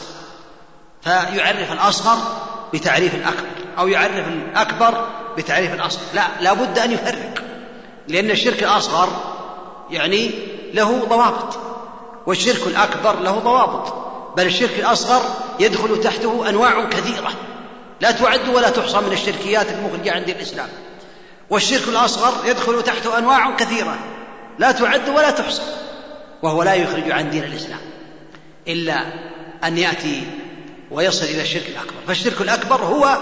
فيعرف الأصغر بتعريف الأكبر أو يعرف الأكبر بتعريف الأصغر. لا، لا بد أن يفرق، لأن الشرك الأصغر يعني له ضوابط، والشرك الأكبر له ضوابط، بل الشرك الأصغر يدخل تحته أنواع كثيرة لا تعد ولا تحصى من الشركيات المخرجة عند الإسلام. والشرك الأصغر يدخل تحته أنواع كثيرة لا تعد ولا تحصى، وهو لا يخرج عن دين الإسلام إلا أن يأتي ويصل إلى الشرك الأكبر. فالشرك الأكبر هو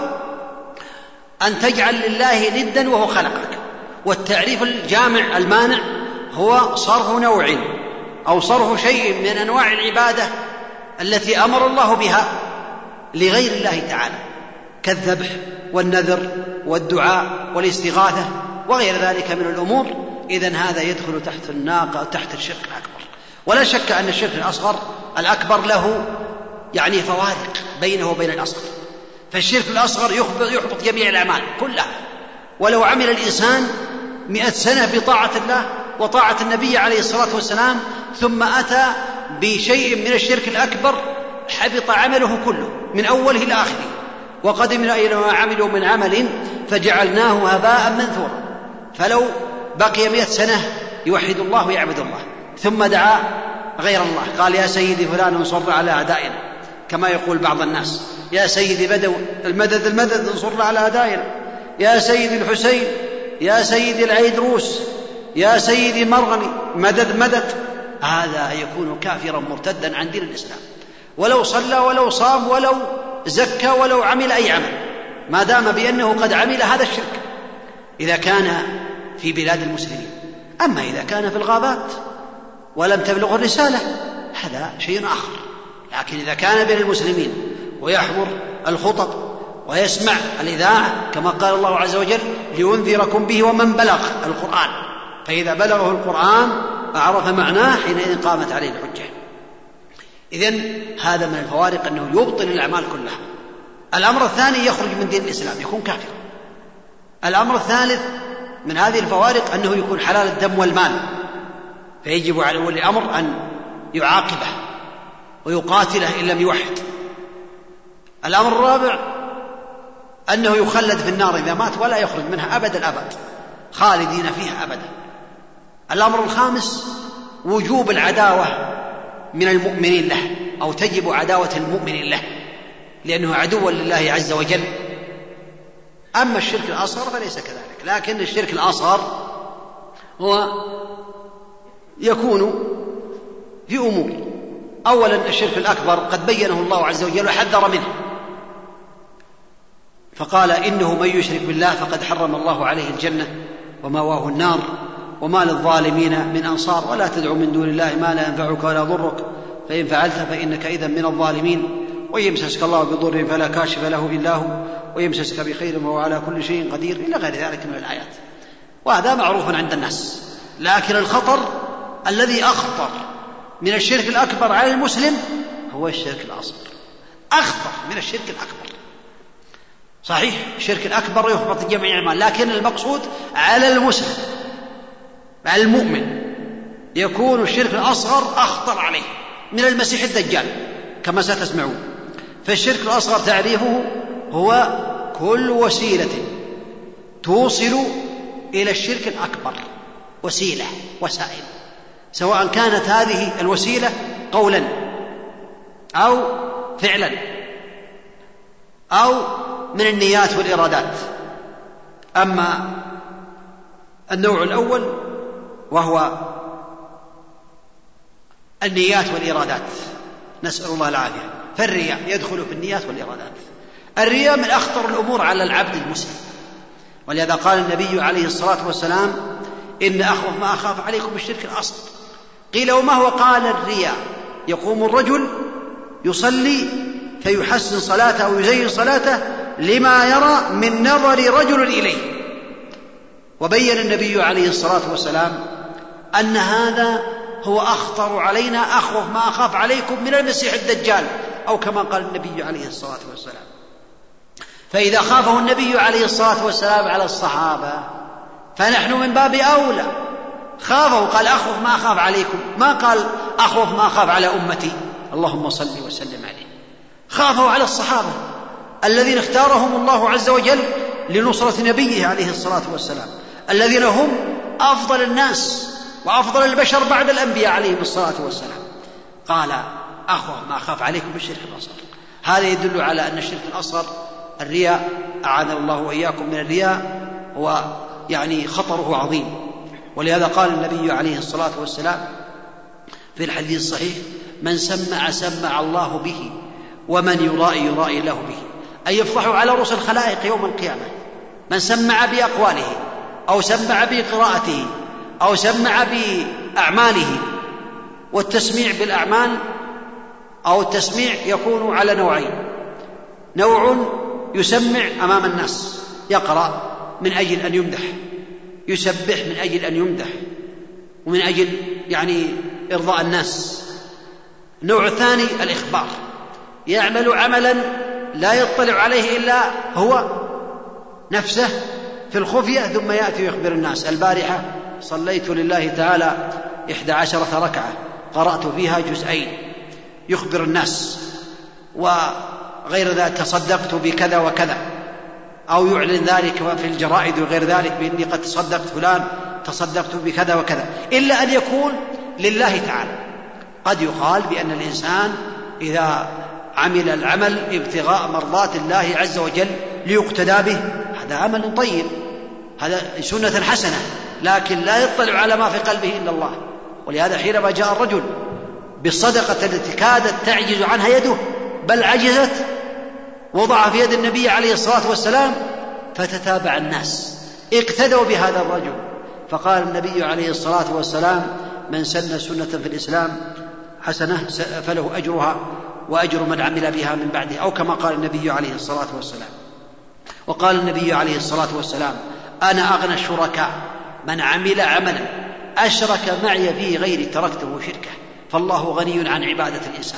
أن تجعل لله ندا وهو خلقك. والتعريف الجامع المانع هو صرف نوع أو صرف شيء من أنواع العبادة التي أمر الله بها لغير الله تعالى، كالذبح والنذر والدعاء والاستغاثة وغير ذلك من الأمور. إذن هذا يدخل تحت الناقة تحت الشرك الأكبر. ولا شك أن الشرك الأصغر الأكبر له يعني فوارق بينه وبين الأصغر. فالشرك الأصغر يحبط جميع الأعمال كلها، ولو عمل الإنسان مئة سنة بطاعة الله وطاعة النبي عليه الصلاة والسلام ثم أتى بشيء من الشرك الأكبر حبط عمله كله من أوله إلى آخره. وقدمنا إلى ما عملوا من عمل فجعلناه هباء منثورا. فلو بقي مئة سنة يوحد الله ويعبد الله ثم دعا غير الله، قال: يا سيدي فلان انصرنا على أعدائنا، كما يقول بعض الناس: يا سيدي بدو المدد المدد انصرنا على أعدائنا، يا سيدي الحسين، يا سيدي العيدروس، يا سيدي مرغني، مدد مدد. هذا يكون كافرا مرتدا عن دين الإسلام، ولو صلى ولو صام ولو زكى ولو عمل أي عمل، ما دام بأنه قد عمل هذا الشرك، إذا كان في بلاد المسلمين. أما إذا كان في الغابات ولم تبلغ الرسالة هذا شيء آخر. لكن إذا كان بين المسلمين ويحضر الخطب ويسمع الإذاعة كما قال الله عز وجل: لينذركم به ومن بلغ القرآن، فإذا بلغه القرآن أعرف معناه حينئذ قامت عليه الحجة. إذن هذا من الفوارق أنه يبطل الأعمال كلها. الأمر الثاني يخرج من دين الإسلام، يكون كافر. الأمر الثالث من هذه الفوارق أنه يكون حلال الدم والمال، فيجب على ولي الأمر أن يعاقبه ويقاتله إن لم يوحد. الأمر الرابع أنه يخلد في النار إذا مات ولا يخرج منها أبد الأبد، خالدين فيها أبدا. الأمر الخامس وجوب العداوة من المؤمنين له، أو تجب عداوة المؤمن له، لأنه عدو لله عز وجل أما الشرك الأصغر فليس كذلك، لكن الشرك الأصغر هو يكون في أمور. أولا الشرك الأكبر قد بينه الله عز وجل وحذر منه، فقال إنه من يشرك بالله فقد حرم الله عليه الجنة ومأواه النار وما للظالمين من أنصار ولا تدعو من دون الله ما لا ينفعك ولا يضرك فإن فعلت فإنك إذا من الظالمين ويمسسك الله بضر فلا كاشف له إلا هو ويمسسك بخير وهو على كل شيء قدير إلى غير ذلك من الآيات، وهذا معروف عند الناس. لكن الخطر الذي أخطر من الشرك الأكبر على المسلم هو الشرك الأصغر، أخطر من الشرك الأكبر. صحيح الشرك الأكبر يحبط جميع الأعمال، لكن المقصود على المسلم على المؤمن يكون الشرك الأصغر أخطر عليه من المسيح الدجال كما ستسمعون. فالشرك الأصغر تعريفه هو كل وسيلة توصل إلى الشرك الأكبر، وسيلة وسائل، سواء كانت هذه الوسيلة قولا أو فعلا أو من النيات والإرادات. أما النوع الأول وهو النيات والإرادات، نسأل الله العافية، فالرياء يدخل في النيات والإرادات. الرياء من أخطر الأمور على العبد المسلم، ولهذا قال النبي عليه الصلاة والسلام إن أخوف ما أخاف عليكم الشرك الأصغر. قيل وما هو؟ قال الرياء يقوم الرجل يصلي فيحسن صلاته أو يزين صلاته لما يرى من نظر رجل إليه. وبين النبي عليه الصلاة والسلام أن هذا هو أخطر علينا، أخوف ما أخاف عليكم من المسيح الدجال، أو كما قال النبي عليه الصلاة والسلام. فإذا خافه النبي عليه الصلاة والسلام على الصحابة فنحن من باب أولى. خافه قال أخوف ما أخاف عليكم، ما قال أخوف ما أخاف على أمتي اللهم صل وسلم عليه. خافه على الصحابة الذين اختارهم الله عز وجل لنصرة نبيه عليه الصلاة والسلام، الذين هم أفضل الناس وأفضل البشر بعد الأنبياء عليهم الصلاة والسلام. قال أخوف ما أخاف عليكم بالشرك الأصغر. هذا يدل على أن الشرك الأصغر الرياء، أعاذنا الله وإياكم من الرياء، هو يعني خطره عظيم. ولهذا قال النبي عليه الصلاة والسلام في الحديث الصحيح من سمع سمع الله به ومن يرائي يرائي له به، أن يفضحوا على رؤوس الخلائق يوم القيامة. من سمع بأقواله أو سمع بقراءته أو سمع بأعماله، والتسميع بالأعمال أو التسميع يكون على نوعين: نوع يسمع أمام الناس يقرأ من أجل أن يمدح، يسبح من أجل أن يمدح ومن أجل يعني إرضاء الناس. النوع الثاني الإخبار، يعمل عملا لا يطلع عليه إلا هو نفسه في الخفية ثم يأتي ويخبر الناس. البارحة صليت لله تعالى إحدى عشرة ركعة قرأت فيها جزئين، يخبر الناس، وغير ذلك تصدقت بكذا وكذا، أو يعلن ذلك في الجرائد وغير ذلك بإني قد تصدقت فلان تصدقت بكذا وكذا، إلا أن يكون لله تعالى. قد يقال بأن الإنسان إذا عمل العمل ابتغاء مرضات الله عز وجل ليقتدى به هذا عمل طيب، هذا سنة حسنة، لكن لا يطلع على ما في قلبه إلا الله. ولهذا حينما جاء الرجل بالصدقة التي كادت تعجز عنها يده بل عجزت، وضع في يد النبي عليه الصلاة والسلام فتتابع الناس اقتدوا بهذا الرجل، فقال النبي عليه الصلاة والسلام من سن سنة في الإسلام حسنة فله أجرها وأجر من عمل بها من بعده، أو كما قال النبي عليه الصلاة والسلام. وقال النبي عليه الصلاة والسلام أنا أغنى الشركاء من عمل عملا أشرك معي فيه غيري تركته شركه، فالله غني عن عبادة الإنسان.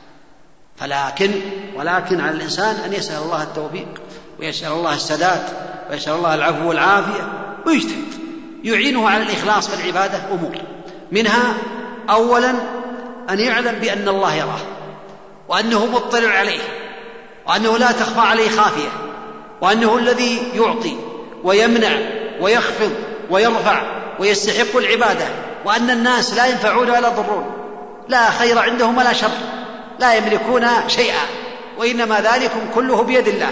فلكن ولكن على الإنسان أن يسأل الله التوفيق ويسأل الله السداد ويسأل الله العفو والعافية ويجتهد، يعينه على الإخلاص في العبادة أمور منها: أولا أن يعلم بأن الله يراه وأنه مطلع عليه وأنه لا تخفى عليه خافية، وأنه الذي يعطي ويمنع ويخفض ويرفع ويستحق العبادة، وأن الناس لا ينفعون ولا يضرون، لا خير عندهم ولا شر، لا يملكون شيئا، وإنما ذلك كله بيد الله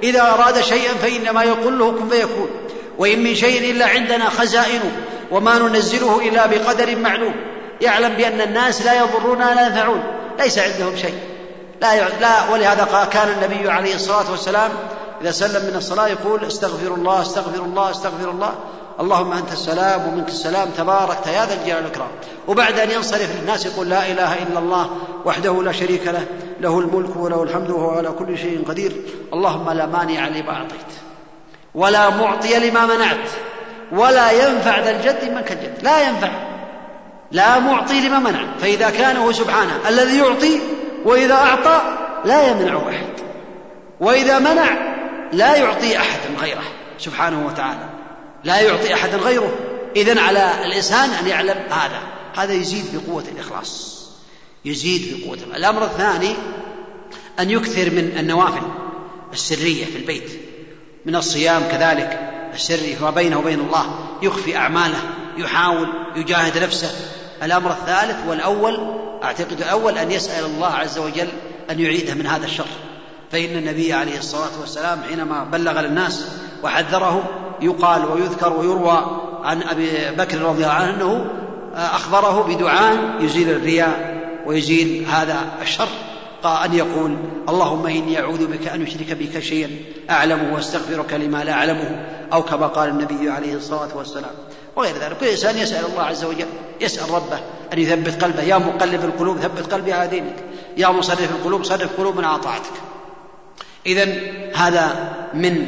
إذا أراد شيئا فإنما يقول له كن فيكون، وإن من شيء إلا عندنا خزائنه وما ننزله إلا بقدر معلوم. يعلم بأن الناس لا يضرون ولا ينفعون، ليس عندهم شيء لا, ي... لا ولهذا كان النبي عليه الصلاة والسلام إذا سلم من الصلاة يقول استغفر الله استغفر الله استغفر الله اللهم أنت السلام ومنك السلام تبارك يا ذا الجلال والإكرام. وبعد أن ينصرف للناس يقول لا إله إلا الله وحده لا شريك له له الملك وله الحمد وهو على كل شيء قدير اللهم لا مانع لما أعطيت ولا معطي لما منعت ولا ينفع ذا الجد منك الجد. لا ينفع، لا معطي لما منع، فإذا كان هو سبحانه الذي يعطي وإذا أعطى لا يمنع أحد، وإذا منع لا يعطي أحد غيره سبحانه وتعالى، لا يعطي أحد غيره. إذن على الإنسان أن يعلم هذا هذا يزيد بقوة الإخلاص، يزيد بقوة. الأمر الثاني أن يكثر من النوافل السرية في البيت، من الصيام كذلك السري فيما بينه وبين الله، يخفي أعماله، يحاول يجاهد نفسه. الأمر الثالث والأول أعتقد الأول أن يسأل الله عز وجل أن يعيده من هذا الشر، فإن النبي عليه الصلاة والسلام حينما بلغ للناس وحذرهم يقال ويذكر ويروى عن أبي بكر رضي الله عنه أنه أخبره بدعاء يزيل الرياء ويزيل هذا الشر، قال أن يقول اللهم إني أعوذ بك أن يشرك بك شيئا أعلمه واستغفرك لما لا أعلمه، أو كما قال النبي عليه الصلاة والسلام. وغير ذلك كل إنسان يسأل الله عز وجل، يسأل ربه أن يثبت قلبه، يا مقلب القلوب ثبت قلبي على دينك، يا مصرف القلوب صرف قلوبنا على طاعتك. إذن هذا من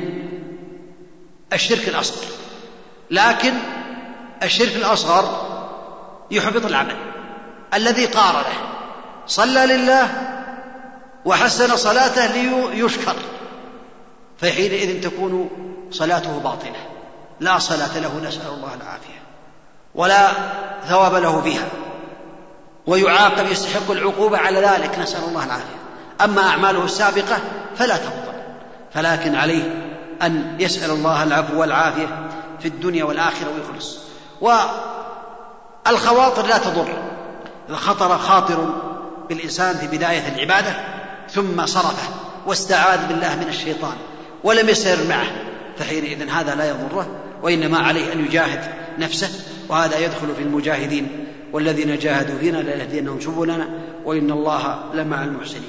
الشرك الأصغر. لكن الشرك الأصغر يحبط العمل. الذي قارنه صلى لله وحسن صلاته ليشكر، فحينئذ تكون صلاته باطلة، لا صلاة له نسأل الله العافية ولا ثواب له فيها، ويعاقب يستحق العقوبة على ذلك نسأل الله العافية. أما أعماله السابقة فلا تبطل، فلكن عليه أن يسأل الله العفو والعافية في الدنيا والآخرة ويخلص. والخواطر لا تضر. إذا خطر خاطر بالإنسان في بداية العبادة ثم صرفه واستعاذ بالله من الشيطان ولم يسر معه، فحينئذ هذا لا يضره، وإنما عليه أن يجاهد نفسه، وهذا يدخل في المجاهدين والذين جاهدوا فينا لنهدينهم سبلنا وإن الله لمع المحسنين.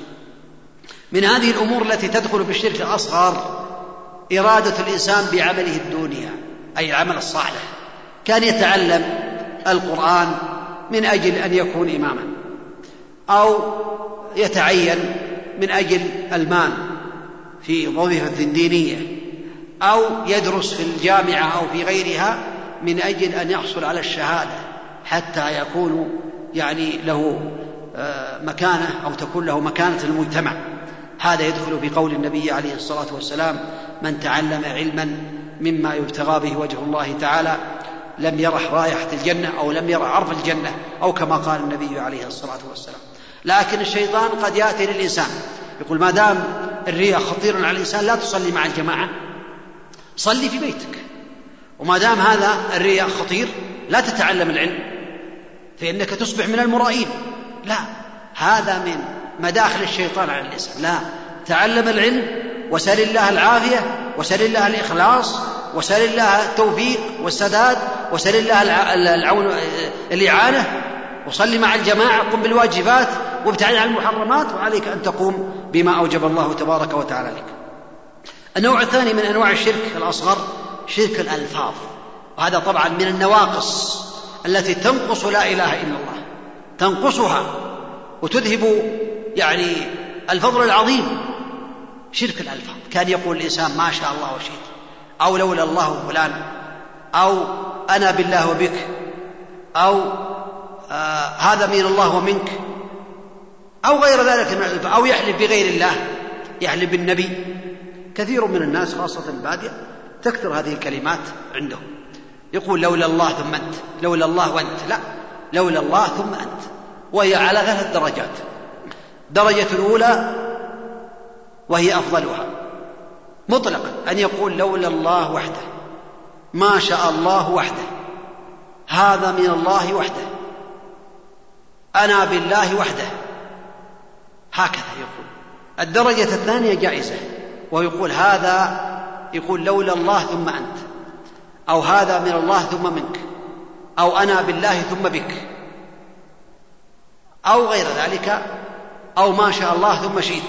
من هذه الأمور التي تدخل بالشرك الأصغر إرادة الإنسان بعمله الدنيا، أي العمل الصالح. كان يتعلم القرآن من أجل أن يكون إماما، أو يتعين من أجل المال في وظيفة دينية، أو يدرس في الجامعة أو في غيرها من أجل أن يحصل على الشهادة حتى يكون يعني له مكانة أو تكون له مكانة المجتمع. هذا يدخل في قول النبي عليه الصلاة والسلام من تعلم علما مما يبتغى به وجه الله تعالى لم يرح رائحة الجنة أو لم يرح عرف الجنة، أو كما قال النبي عليه الصلاة والسلام. لكن الشيطان قد يأتي للإنسان يقول ما دام الرياء خطير على الإنسان لا تصلي مع الجماعة، صلي في بيتك. وما دام هذا الرياء خطير لا تتعلم العلم فإنك تصبح من المرائين. لا، هذا من مداخل الشيطان على الإنسان. لا، تعلم العلم وسل الله العافية وسل الله الإخلاص وسل الله التوفيق والسداد وسل الله العون الإعانة، وصل مع الجماعة، قم بالواجبات وابتعد عن المحرمات، وعليك أن تقوم بما أوجب الله تبارك وتعالى لك. النوع الثاني من أنواع الشرك الأصغر شرك الألفاظ، وهذا طبعا من النواقص التي تنقص لا إله إلا الله، تنقصها وتذهب يعني الفضل العظيم. شرك الألفاظ، كان يقول الإنسان ما شاء الله وشئت، أو لولا الله فلان، أو أنا بالله وبك، أو آه هذا من الله ومنك، أو غير ذلك من الألفاظ، أو يحلف بغير الله، يحلف بالنبي. كثير من الناس خاصة البادية تكثر هذه الكلمات عندهم، يقول لولا الله ثم أنت، لولا الله وأنت، لا، لولا الله ثم أنت، وهي على ثلاث درجات. درجة الأولى وهي أفضلها مطلقا أن يقول لولا الله وحده، ما شاء الله وحده، هذا من الله وحده، أنا بالله وحده، هكذا يقول. الدرجة الثانية جائزة، ويقول هذا، يقول لولا الله ثم أنت، أو هذا من الله ثم منك، أو أنا بالله ثم بك، أو غير ذلك، أو ما شاء الله ثم شئت،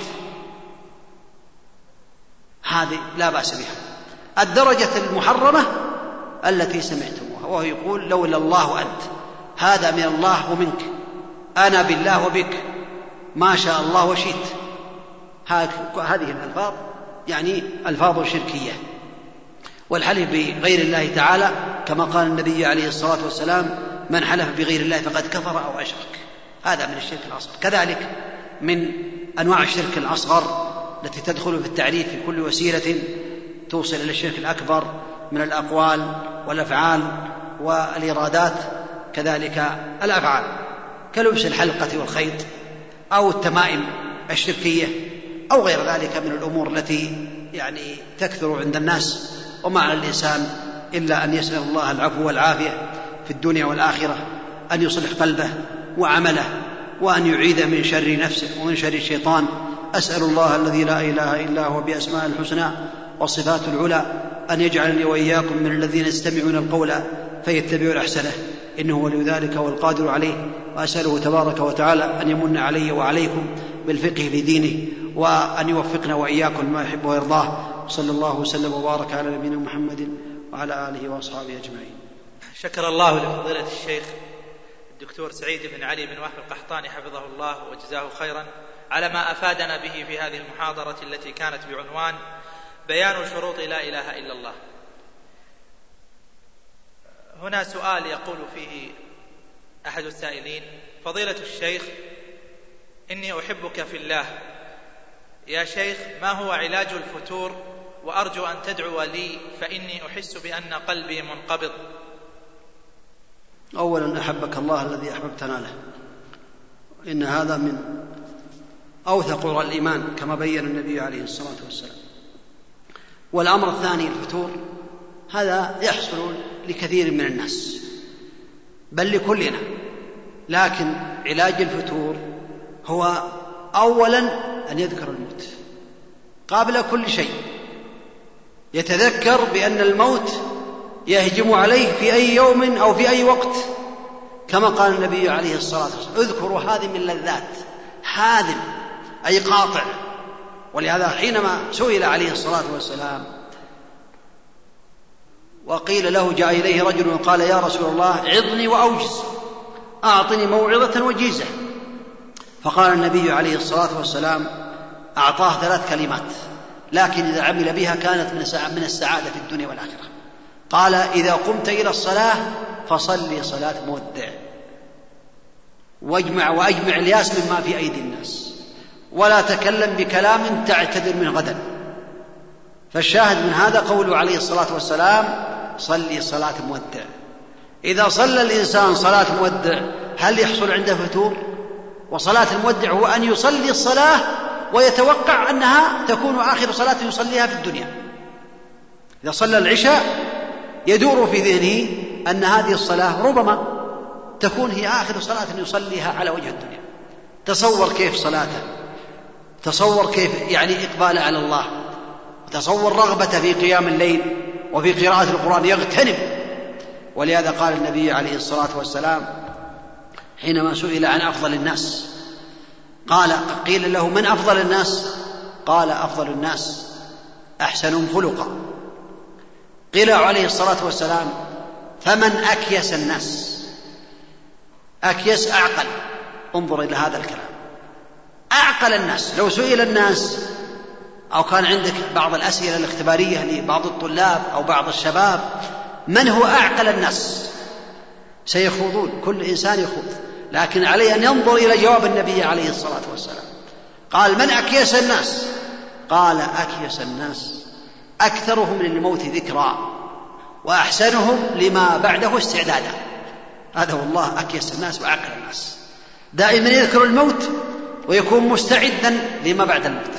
هذه لا بأس بها. الدرجة المحرمة التي سمعتموها، وهو يقول لولا الله وأنت، هذا من الله ومنك، أنا بالله وبك، ما شاء الله وشئت، هذه الألفاظ يعني ألفاظ شركية. والحلف بغير الله تعالى كما قال النبي عليه الصلاة والسلام من حلف بغير الله فقد كفر أو أشرك، هذا من الشرك الأصغر. كذلك من أنواع الشرك الأصغر التي تدخل في التعريف في كل وسيلة توصل إلى الشرك الأكبر من الأقوال والأفعال والإرادات، كذلك الأفعال كلبس الحلقة والخيط أو التمائم الشركية أو غير ذلك من الأمور التي يعني تكثر عند الناس، وما على الإنسان إلا أن يسأل الله العفو والعافية في الدنيا والآخرة، أن يصلح قلبه وعمله، وأن يعيذ من شر نفسه ومن شر الشيطان. أسأل الله الذي لا إله إلا هو بأسماء الحسنى والصفات العلى أن يجعلني وإياكم من الذين يستمعون القول فيتبعون أحسنه، إنه ولي ذلك والقادر عليه. وأسأله تبارك وتعالى أن يمن علي وعليكم بالفقه في دينه، وأن يوفقنا وإياكم ما يحب ويرضاه. صلى الله وسلم وبارك على نبينا محمد وعلى آله وأصحابه أجمعين. شكر الله لفضيلة الشيخ الدكتور سعيد بن علي بن وهب القحطاني حفظه الله وجزاه خيرا على ما أفادنا به في هذه المحاضرة التي كانت بعنوان بيان شروط لا إله إلا الله. هنا سؤال يقول فيه أحد السائلين: فضيلة الشيخ، إني أحبك في الله، يا شيخ ما هو علاج الفتور؟ وأرجو أن تدعو لي فإني أحس بأن قلبي منقبض. أولا أحبك الله الذي أحببتنا له، إن هذا من أوثق قرى الإيمان كما بين النبي عليه الصلاة والسلام. والأمر الثاني الفتور، هذا يحصل لكثير من الناس بل لكلنا، لكن علاج الفتور هو أولا أن يذكر الموت قبل كل شيء، يتذكر بأن الموت يهجم عليه في أي يوم أو في أي وقت، كما قال النبي عليه الصلاة والسلام: اذكروا هذه من لذات، هادم أي قاطع. ولهذا حينما سئل عليه الصلاة والسلام وقيل له، جاء إليه رجل وقال: يا رسول الله عظني وأوجز، أعطني موعظة وجيزة. فقال النبي عليه الصلاة والسلام: أعطاه ثلاث كلمات، لكن إذا عمل بها كانت من السعادة في الدنيا والآخرة. قال: إذا قمت إلى الصلاة فصلي صلاة مودع، واجمع وأجمع الياس مما في أيدي الناس، ولا تكلم بكلام تعتذر من غدا. فالشاهد من هذا قوله عليه الصلاة والسلام: صلي صلاة مودع. إذا صلى الإنسان صلاة مودع هل يحصل عنده فتور؟ وصلاة المودع هو أن يصلي الصلاة ويتوقع أنها تكون آخر صلاة يصليها في الدنيا. إذا صلى العشاء يدور في ذهنه أن هذه الصلاة ربما تكون هي آخر صلاة يصليها على وجه الدنيا. تصور كيف صلاته، تصور كيف يعني إقبال على الله، تصور رغبة في قيام الليل وفي قراءة القرآن، يغتنم. ولهذا قال النبي عليه الصلاة والسلام حينما سئل عن أفضل الناس، قال قيل له: من أفضل الناس؟ قال: أفضل الناس أحسنهم خلقا. قيل عليه الصلاة والسلام: فمن أكيس الناس؟ أكيس أعقل. انظر إلى هذا الكلام، أعقل الناس. لو سئل الناس أو كان عندك بعض الأسئلة الاختبارية لبعض الطلاب أو بعض الشباب: من هو أعقل الناس؟ سيخوضون، كل إنسان يخوض، لكن عليه أن ينظر إلى جواب النبي عليه الصلاة والسلام. قال: من أكيس الناس؟ قال: أكيس الناس أكثرهم للموت ذكرا وأحسنهم لما بعده استعدادا. هذا هو الله أكيس الناس وأعقل الناس، دائما يذكر الموت ويكون مستعدا لما بعد الموت.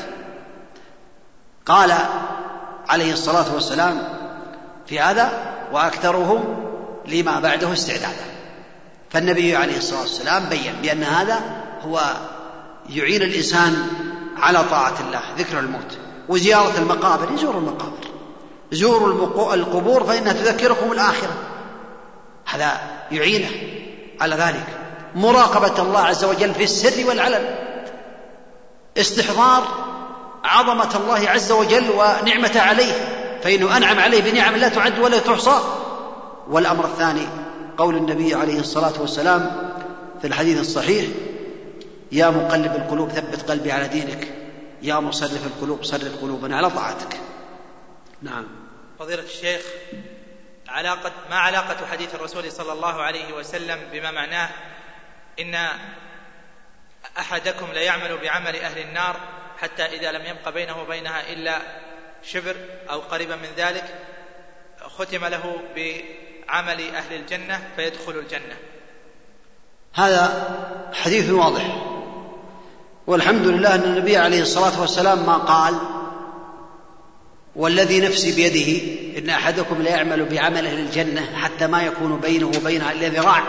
قال عليه الصلاة والسلام في هذا: وأكثرهم لما بعده استعدادا. فالنبي عليه الصلاة والسلام بيّن بأن هذا هو يعين الإنسان على طاعة الله، ذكر الموت. وزيارة المقابر، يزوروا المقابر، زوروا القبور فإنها تذكركم الآخرة، هذا يعينه على ذلك. مراقبة الله عز وجل في السر والعلن، استحضار عظمة الله عز وجل ونعمته عليه، فإنه أنعم عليه بنعم لا تعد ولا تحصى. والأمر الثاني قول النبي عليه الصلاة والسلام في الحديث الصحيح: يا مقلب القلوب ثبت قلبي على دينك، يا مصرف القلوب صرف قلوبنا على طاعتك. نعم. فضيلة الشيخ، علاقة ما علاقة حديث الرسول صلى الله عليه وسلم بما معناه إن أحدكم ليعمل بعمل أهل النار حتى إذا لم يبق بينه وبينها إلا شبر أو قريبا من ذلك ختم له بعمل أهل الجنة فيدخل الجنة؟ هذا حديث واضح، والحمد لله أن النبي عليه الصلاة والسلام ما قال: والذي نفسي بيده إن أحدكم لا يعمل بعمل أهل الجنة حتى ما يكون بينه وبينها إلا ذراع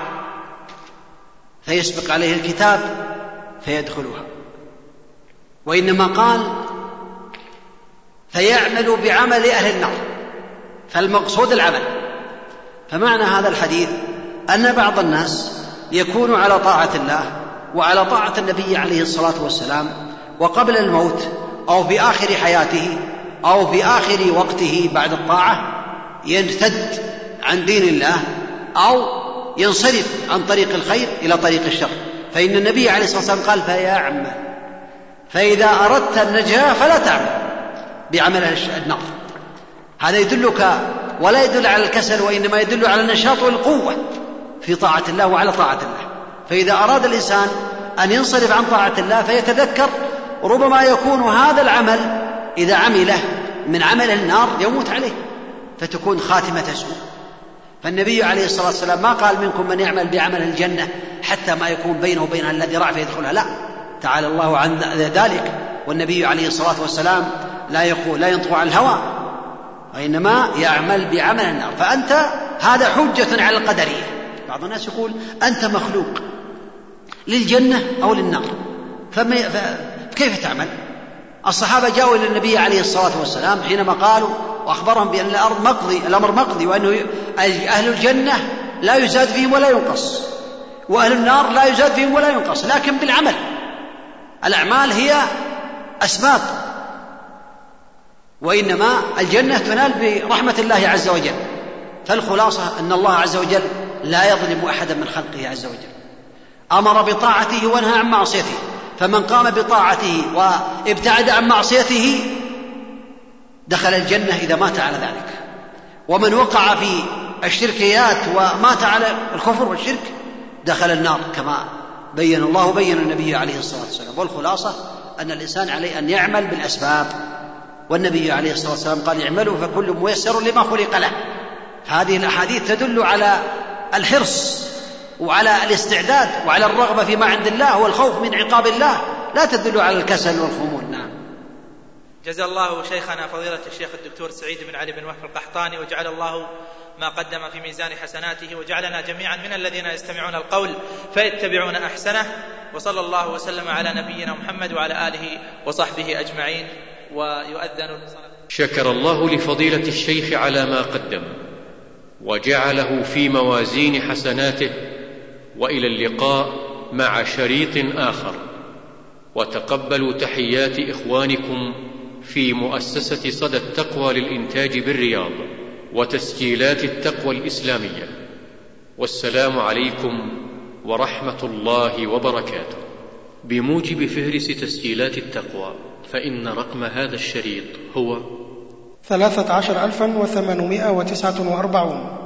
فيسبق عليه الكتاب فيدخلها، وإنما قال: فيعمل بعمل أهل النار، فالمقصود العمل. فمعنى هذا الحديث أن بعض الناس يكون على طاعة الله وعلى طاعة النبي عليه الصلاة والسلام وقبل الموت أو في آخر حياته أو في آخر وقته بعد الطاعة يرتد عن دين الله أو ينصرف عن طريق الخير إلى طريق الشر. فإن النبي عليه الصلاة والسلام قال: فيعمل، فإذا أردت النجاة فلا تعمل بعمل النار. هذا يدلك ولا يدل على الكسل، وإنما يدل على النشاط والقوة في طاعة الله وعلى طاعة الله. فإذا أراد الإنسان أن ينصرف عن طاعة الله فيتذكر ربما يكون هذا العمل إذا عمله من عمل النار يموت عليه فتكون خاتمة سوء. فالنبي عليه الصلاة والسلام ما قال: منكم من يعمل بعمل الجنة حتى ما يكون بينه وبينها الذي ذراع فيدخلها، لا، تعالى الله عن ذلك. والنبي عليه الصلاة والسلام لا يقول لا ينطق عن الهوى، وإنما يعمل بعمل النار. فأنت هذا حجة على القدرية. بعض الناس يقول: أنت مخلوق للجنة أو للنار، فكيف تعمل؟ الصحابة جاءوا إلى النبي عليه الصلاة والسلام حينما قالوا وأخبرهم بأن الأرض مقضي الأمر مقضي، وأنه أهل الجنة لا يزاد فيهم ولا ينقص، وأهل النار لا يزاد فيهم ولا ينقص، لكن بالعمل. الأعمال هي أسباب، وإنما الجنة تنال برحمة الله عز وجل. فالخلاصة أن الله عز وجل لا يظلم أحدا من خلقه عز وجل، أمر بطاعته ونهى عن معصيته، فمن قام بطاعته وابتعد عن معصيته دخل الجنة إذا مات على ذلك، ومن وقع في الشركيات ومات على الكفر والشرك دخل النار كما بين الله وبين النبي عليه الصلاة والسلام. والخلاصة أن الإنسان عليه أن يعمل بالأسباب، والنبي عليه الصلاة والسلام قال: اعملوا فكل ميسر لما خلق له. هذه الأحاديث تدل على الحرص وعلى الاستعداد وعلى الرغبة فيما عند الله والخوف من عقاب الله، لا تدل على الكسل والخمول. نعم. جزا الله شيخنا فضيلة الشيخ الدكتور سعيد بن علي بن وهب القحطاني، وجعل الله ما قدم في ميزان حسناته، وجعلنا جميعا من الذين يستمعون القول فيتبعون أحسنه. وصلى الله وسلم على نبينا محمد وعلى آله وصحبه أجمعين. ويؤذن لصلاة. شكر الله لفضيلة الشيخ على ما قدم وجعله في موازين حسناته، وإلى اللقاء مع شريط آخر. وتقبلوا تحيات إخوانكم في مؤسسة صدى التقوى للإنتاج بالرياض وتسجيلات التقوى الإسلامية. والسلام عليكم ورحمة الله وبركاته. بموجب فهرس تسجيلات التقوى، فإن رقم هذا الشريط هو ثلاثة عشر ألفا وثمانمائة وتسعة وأربعون.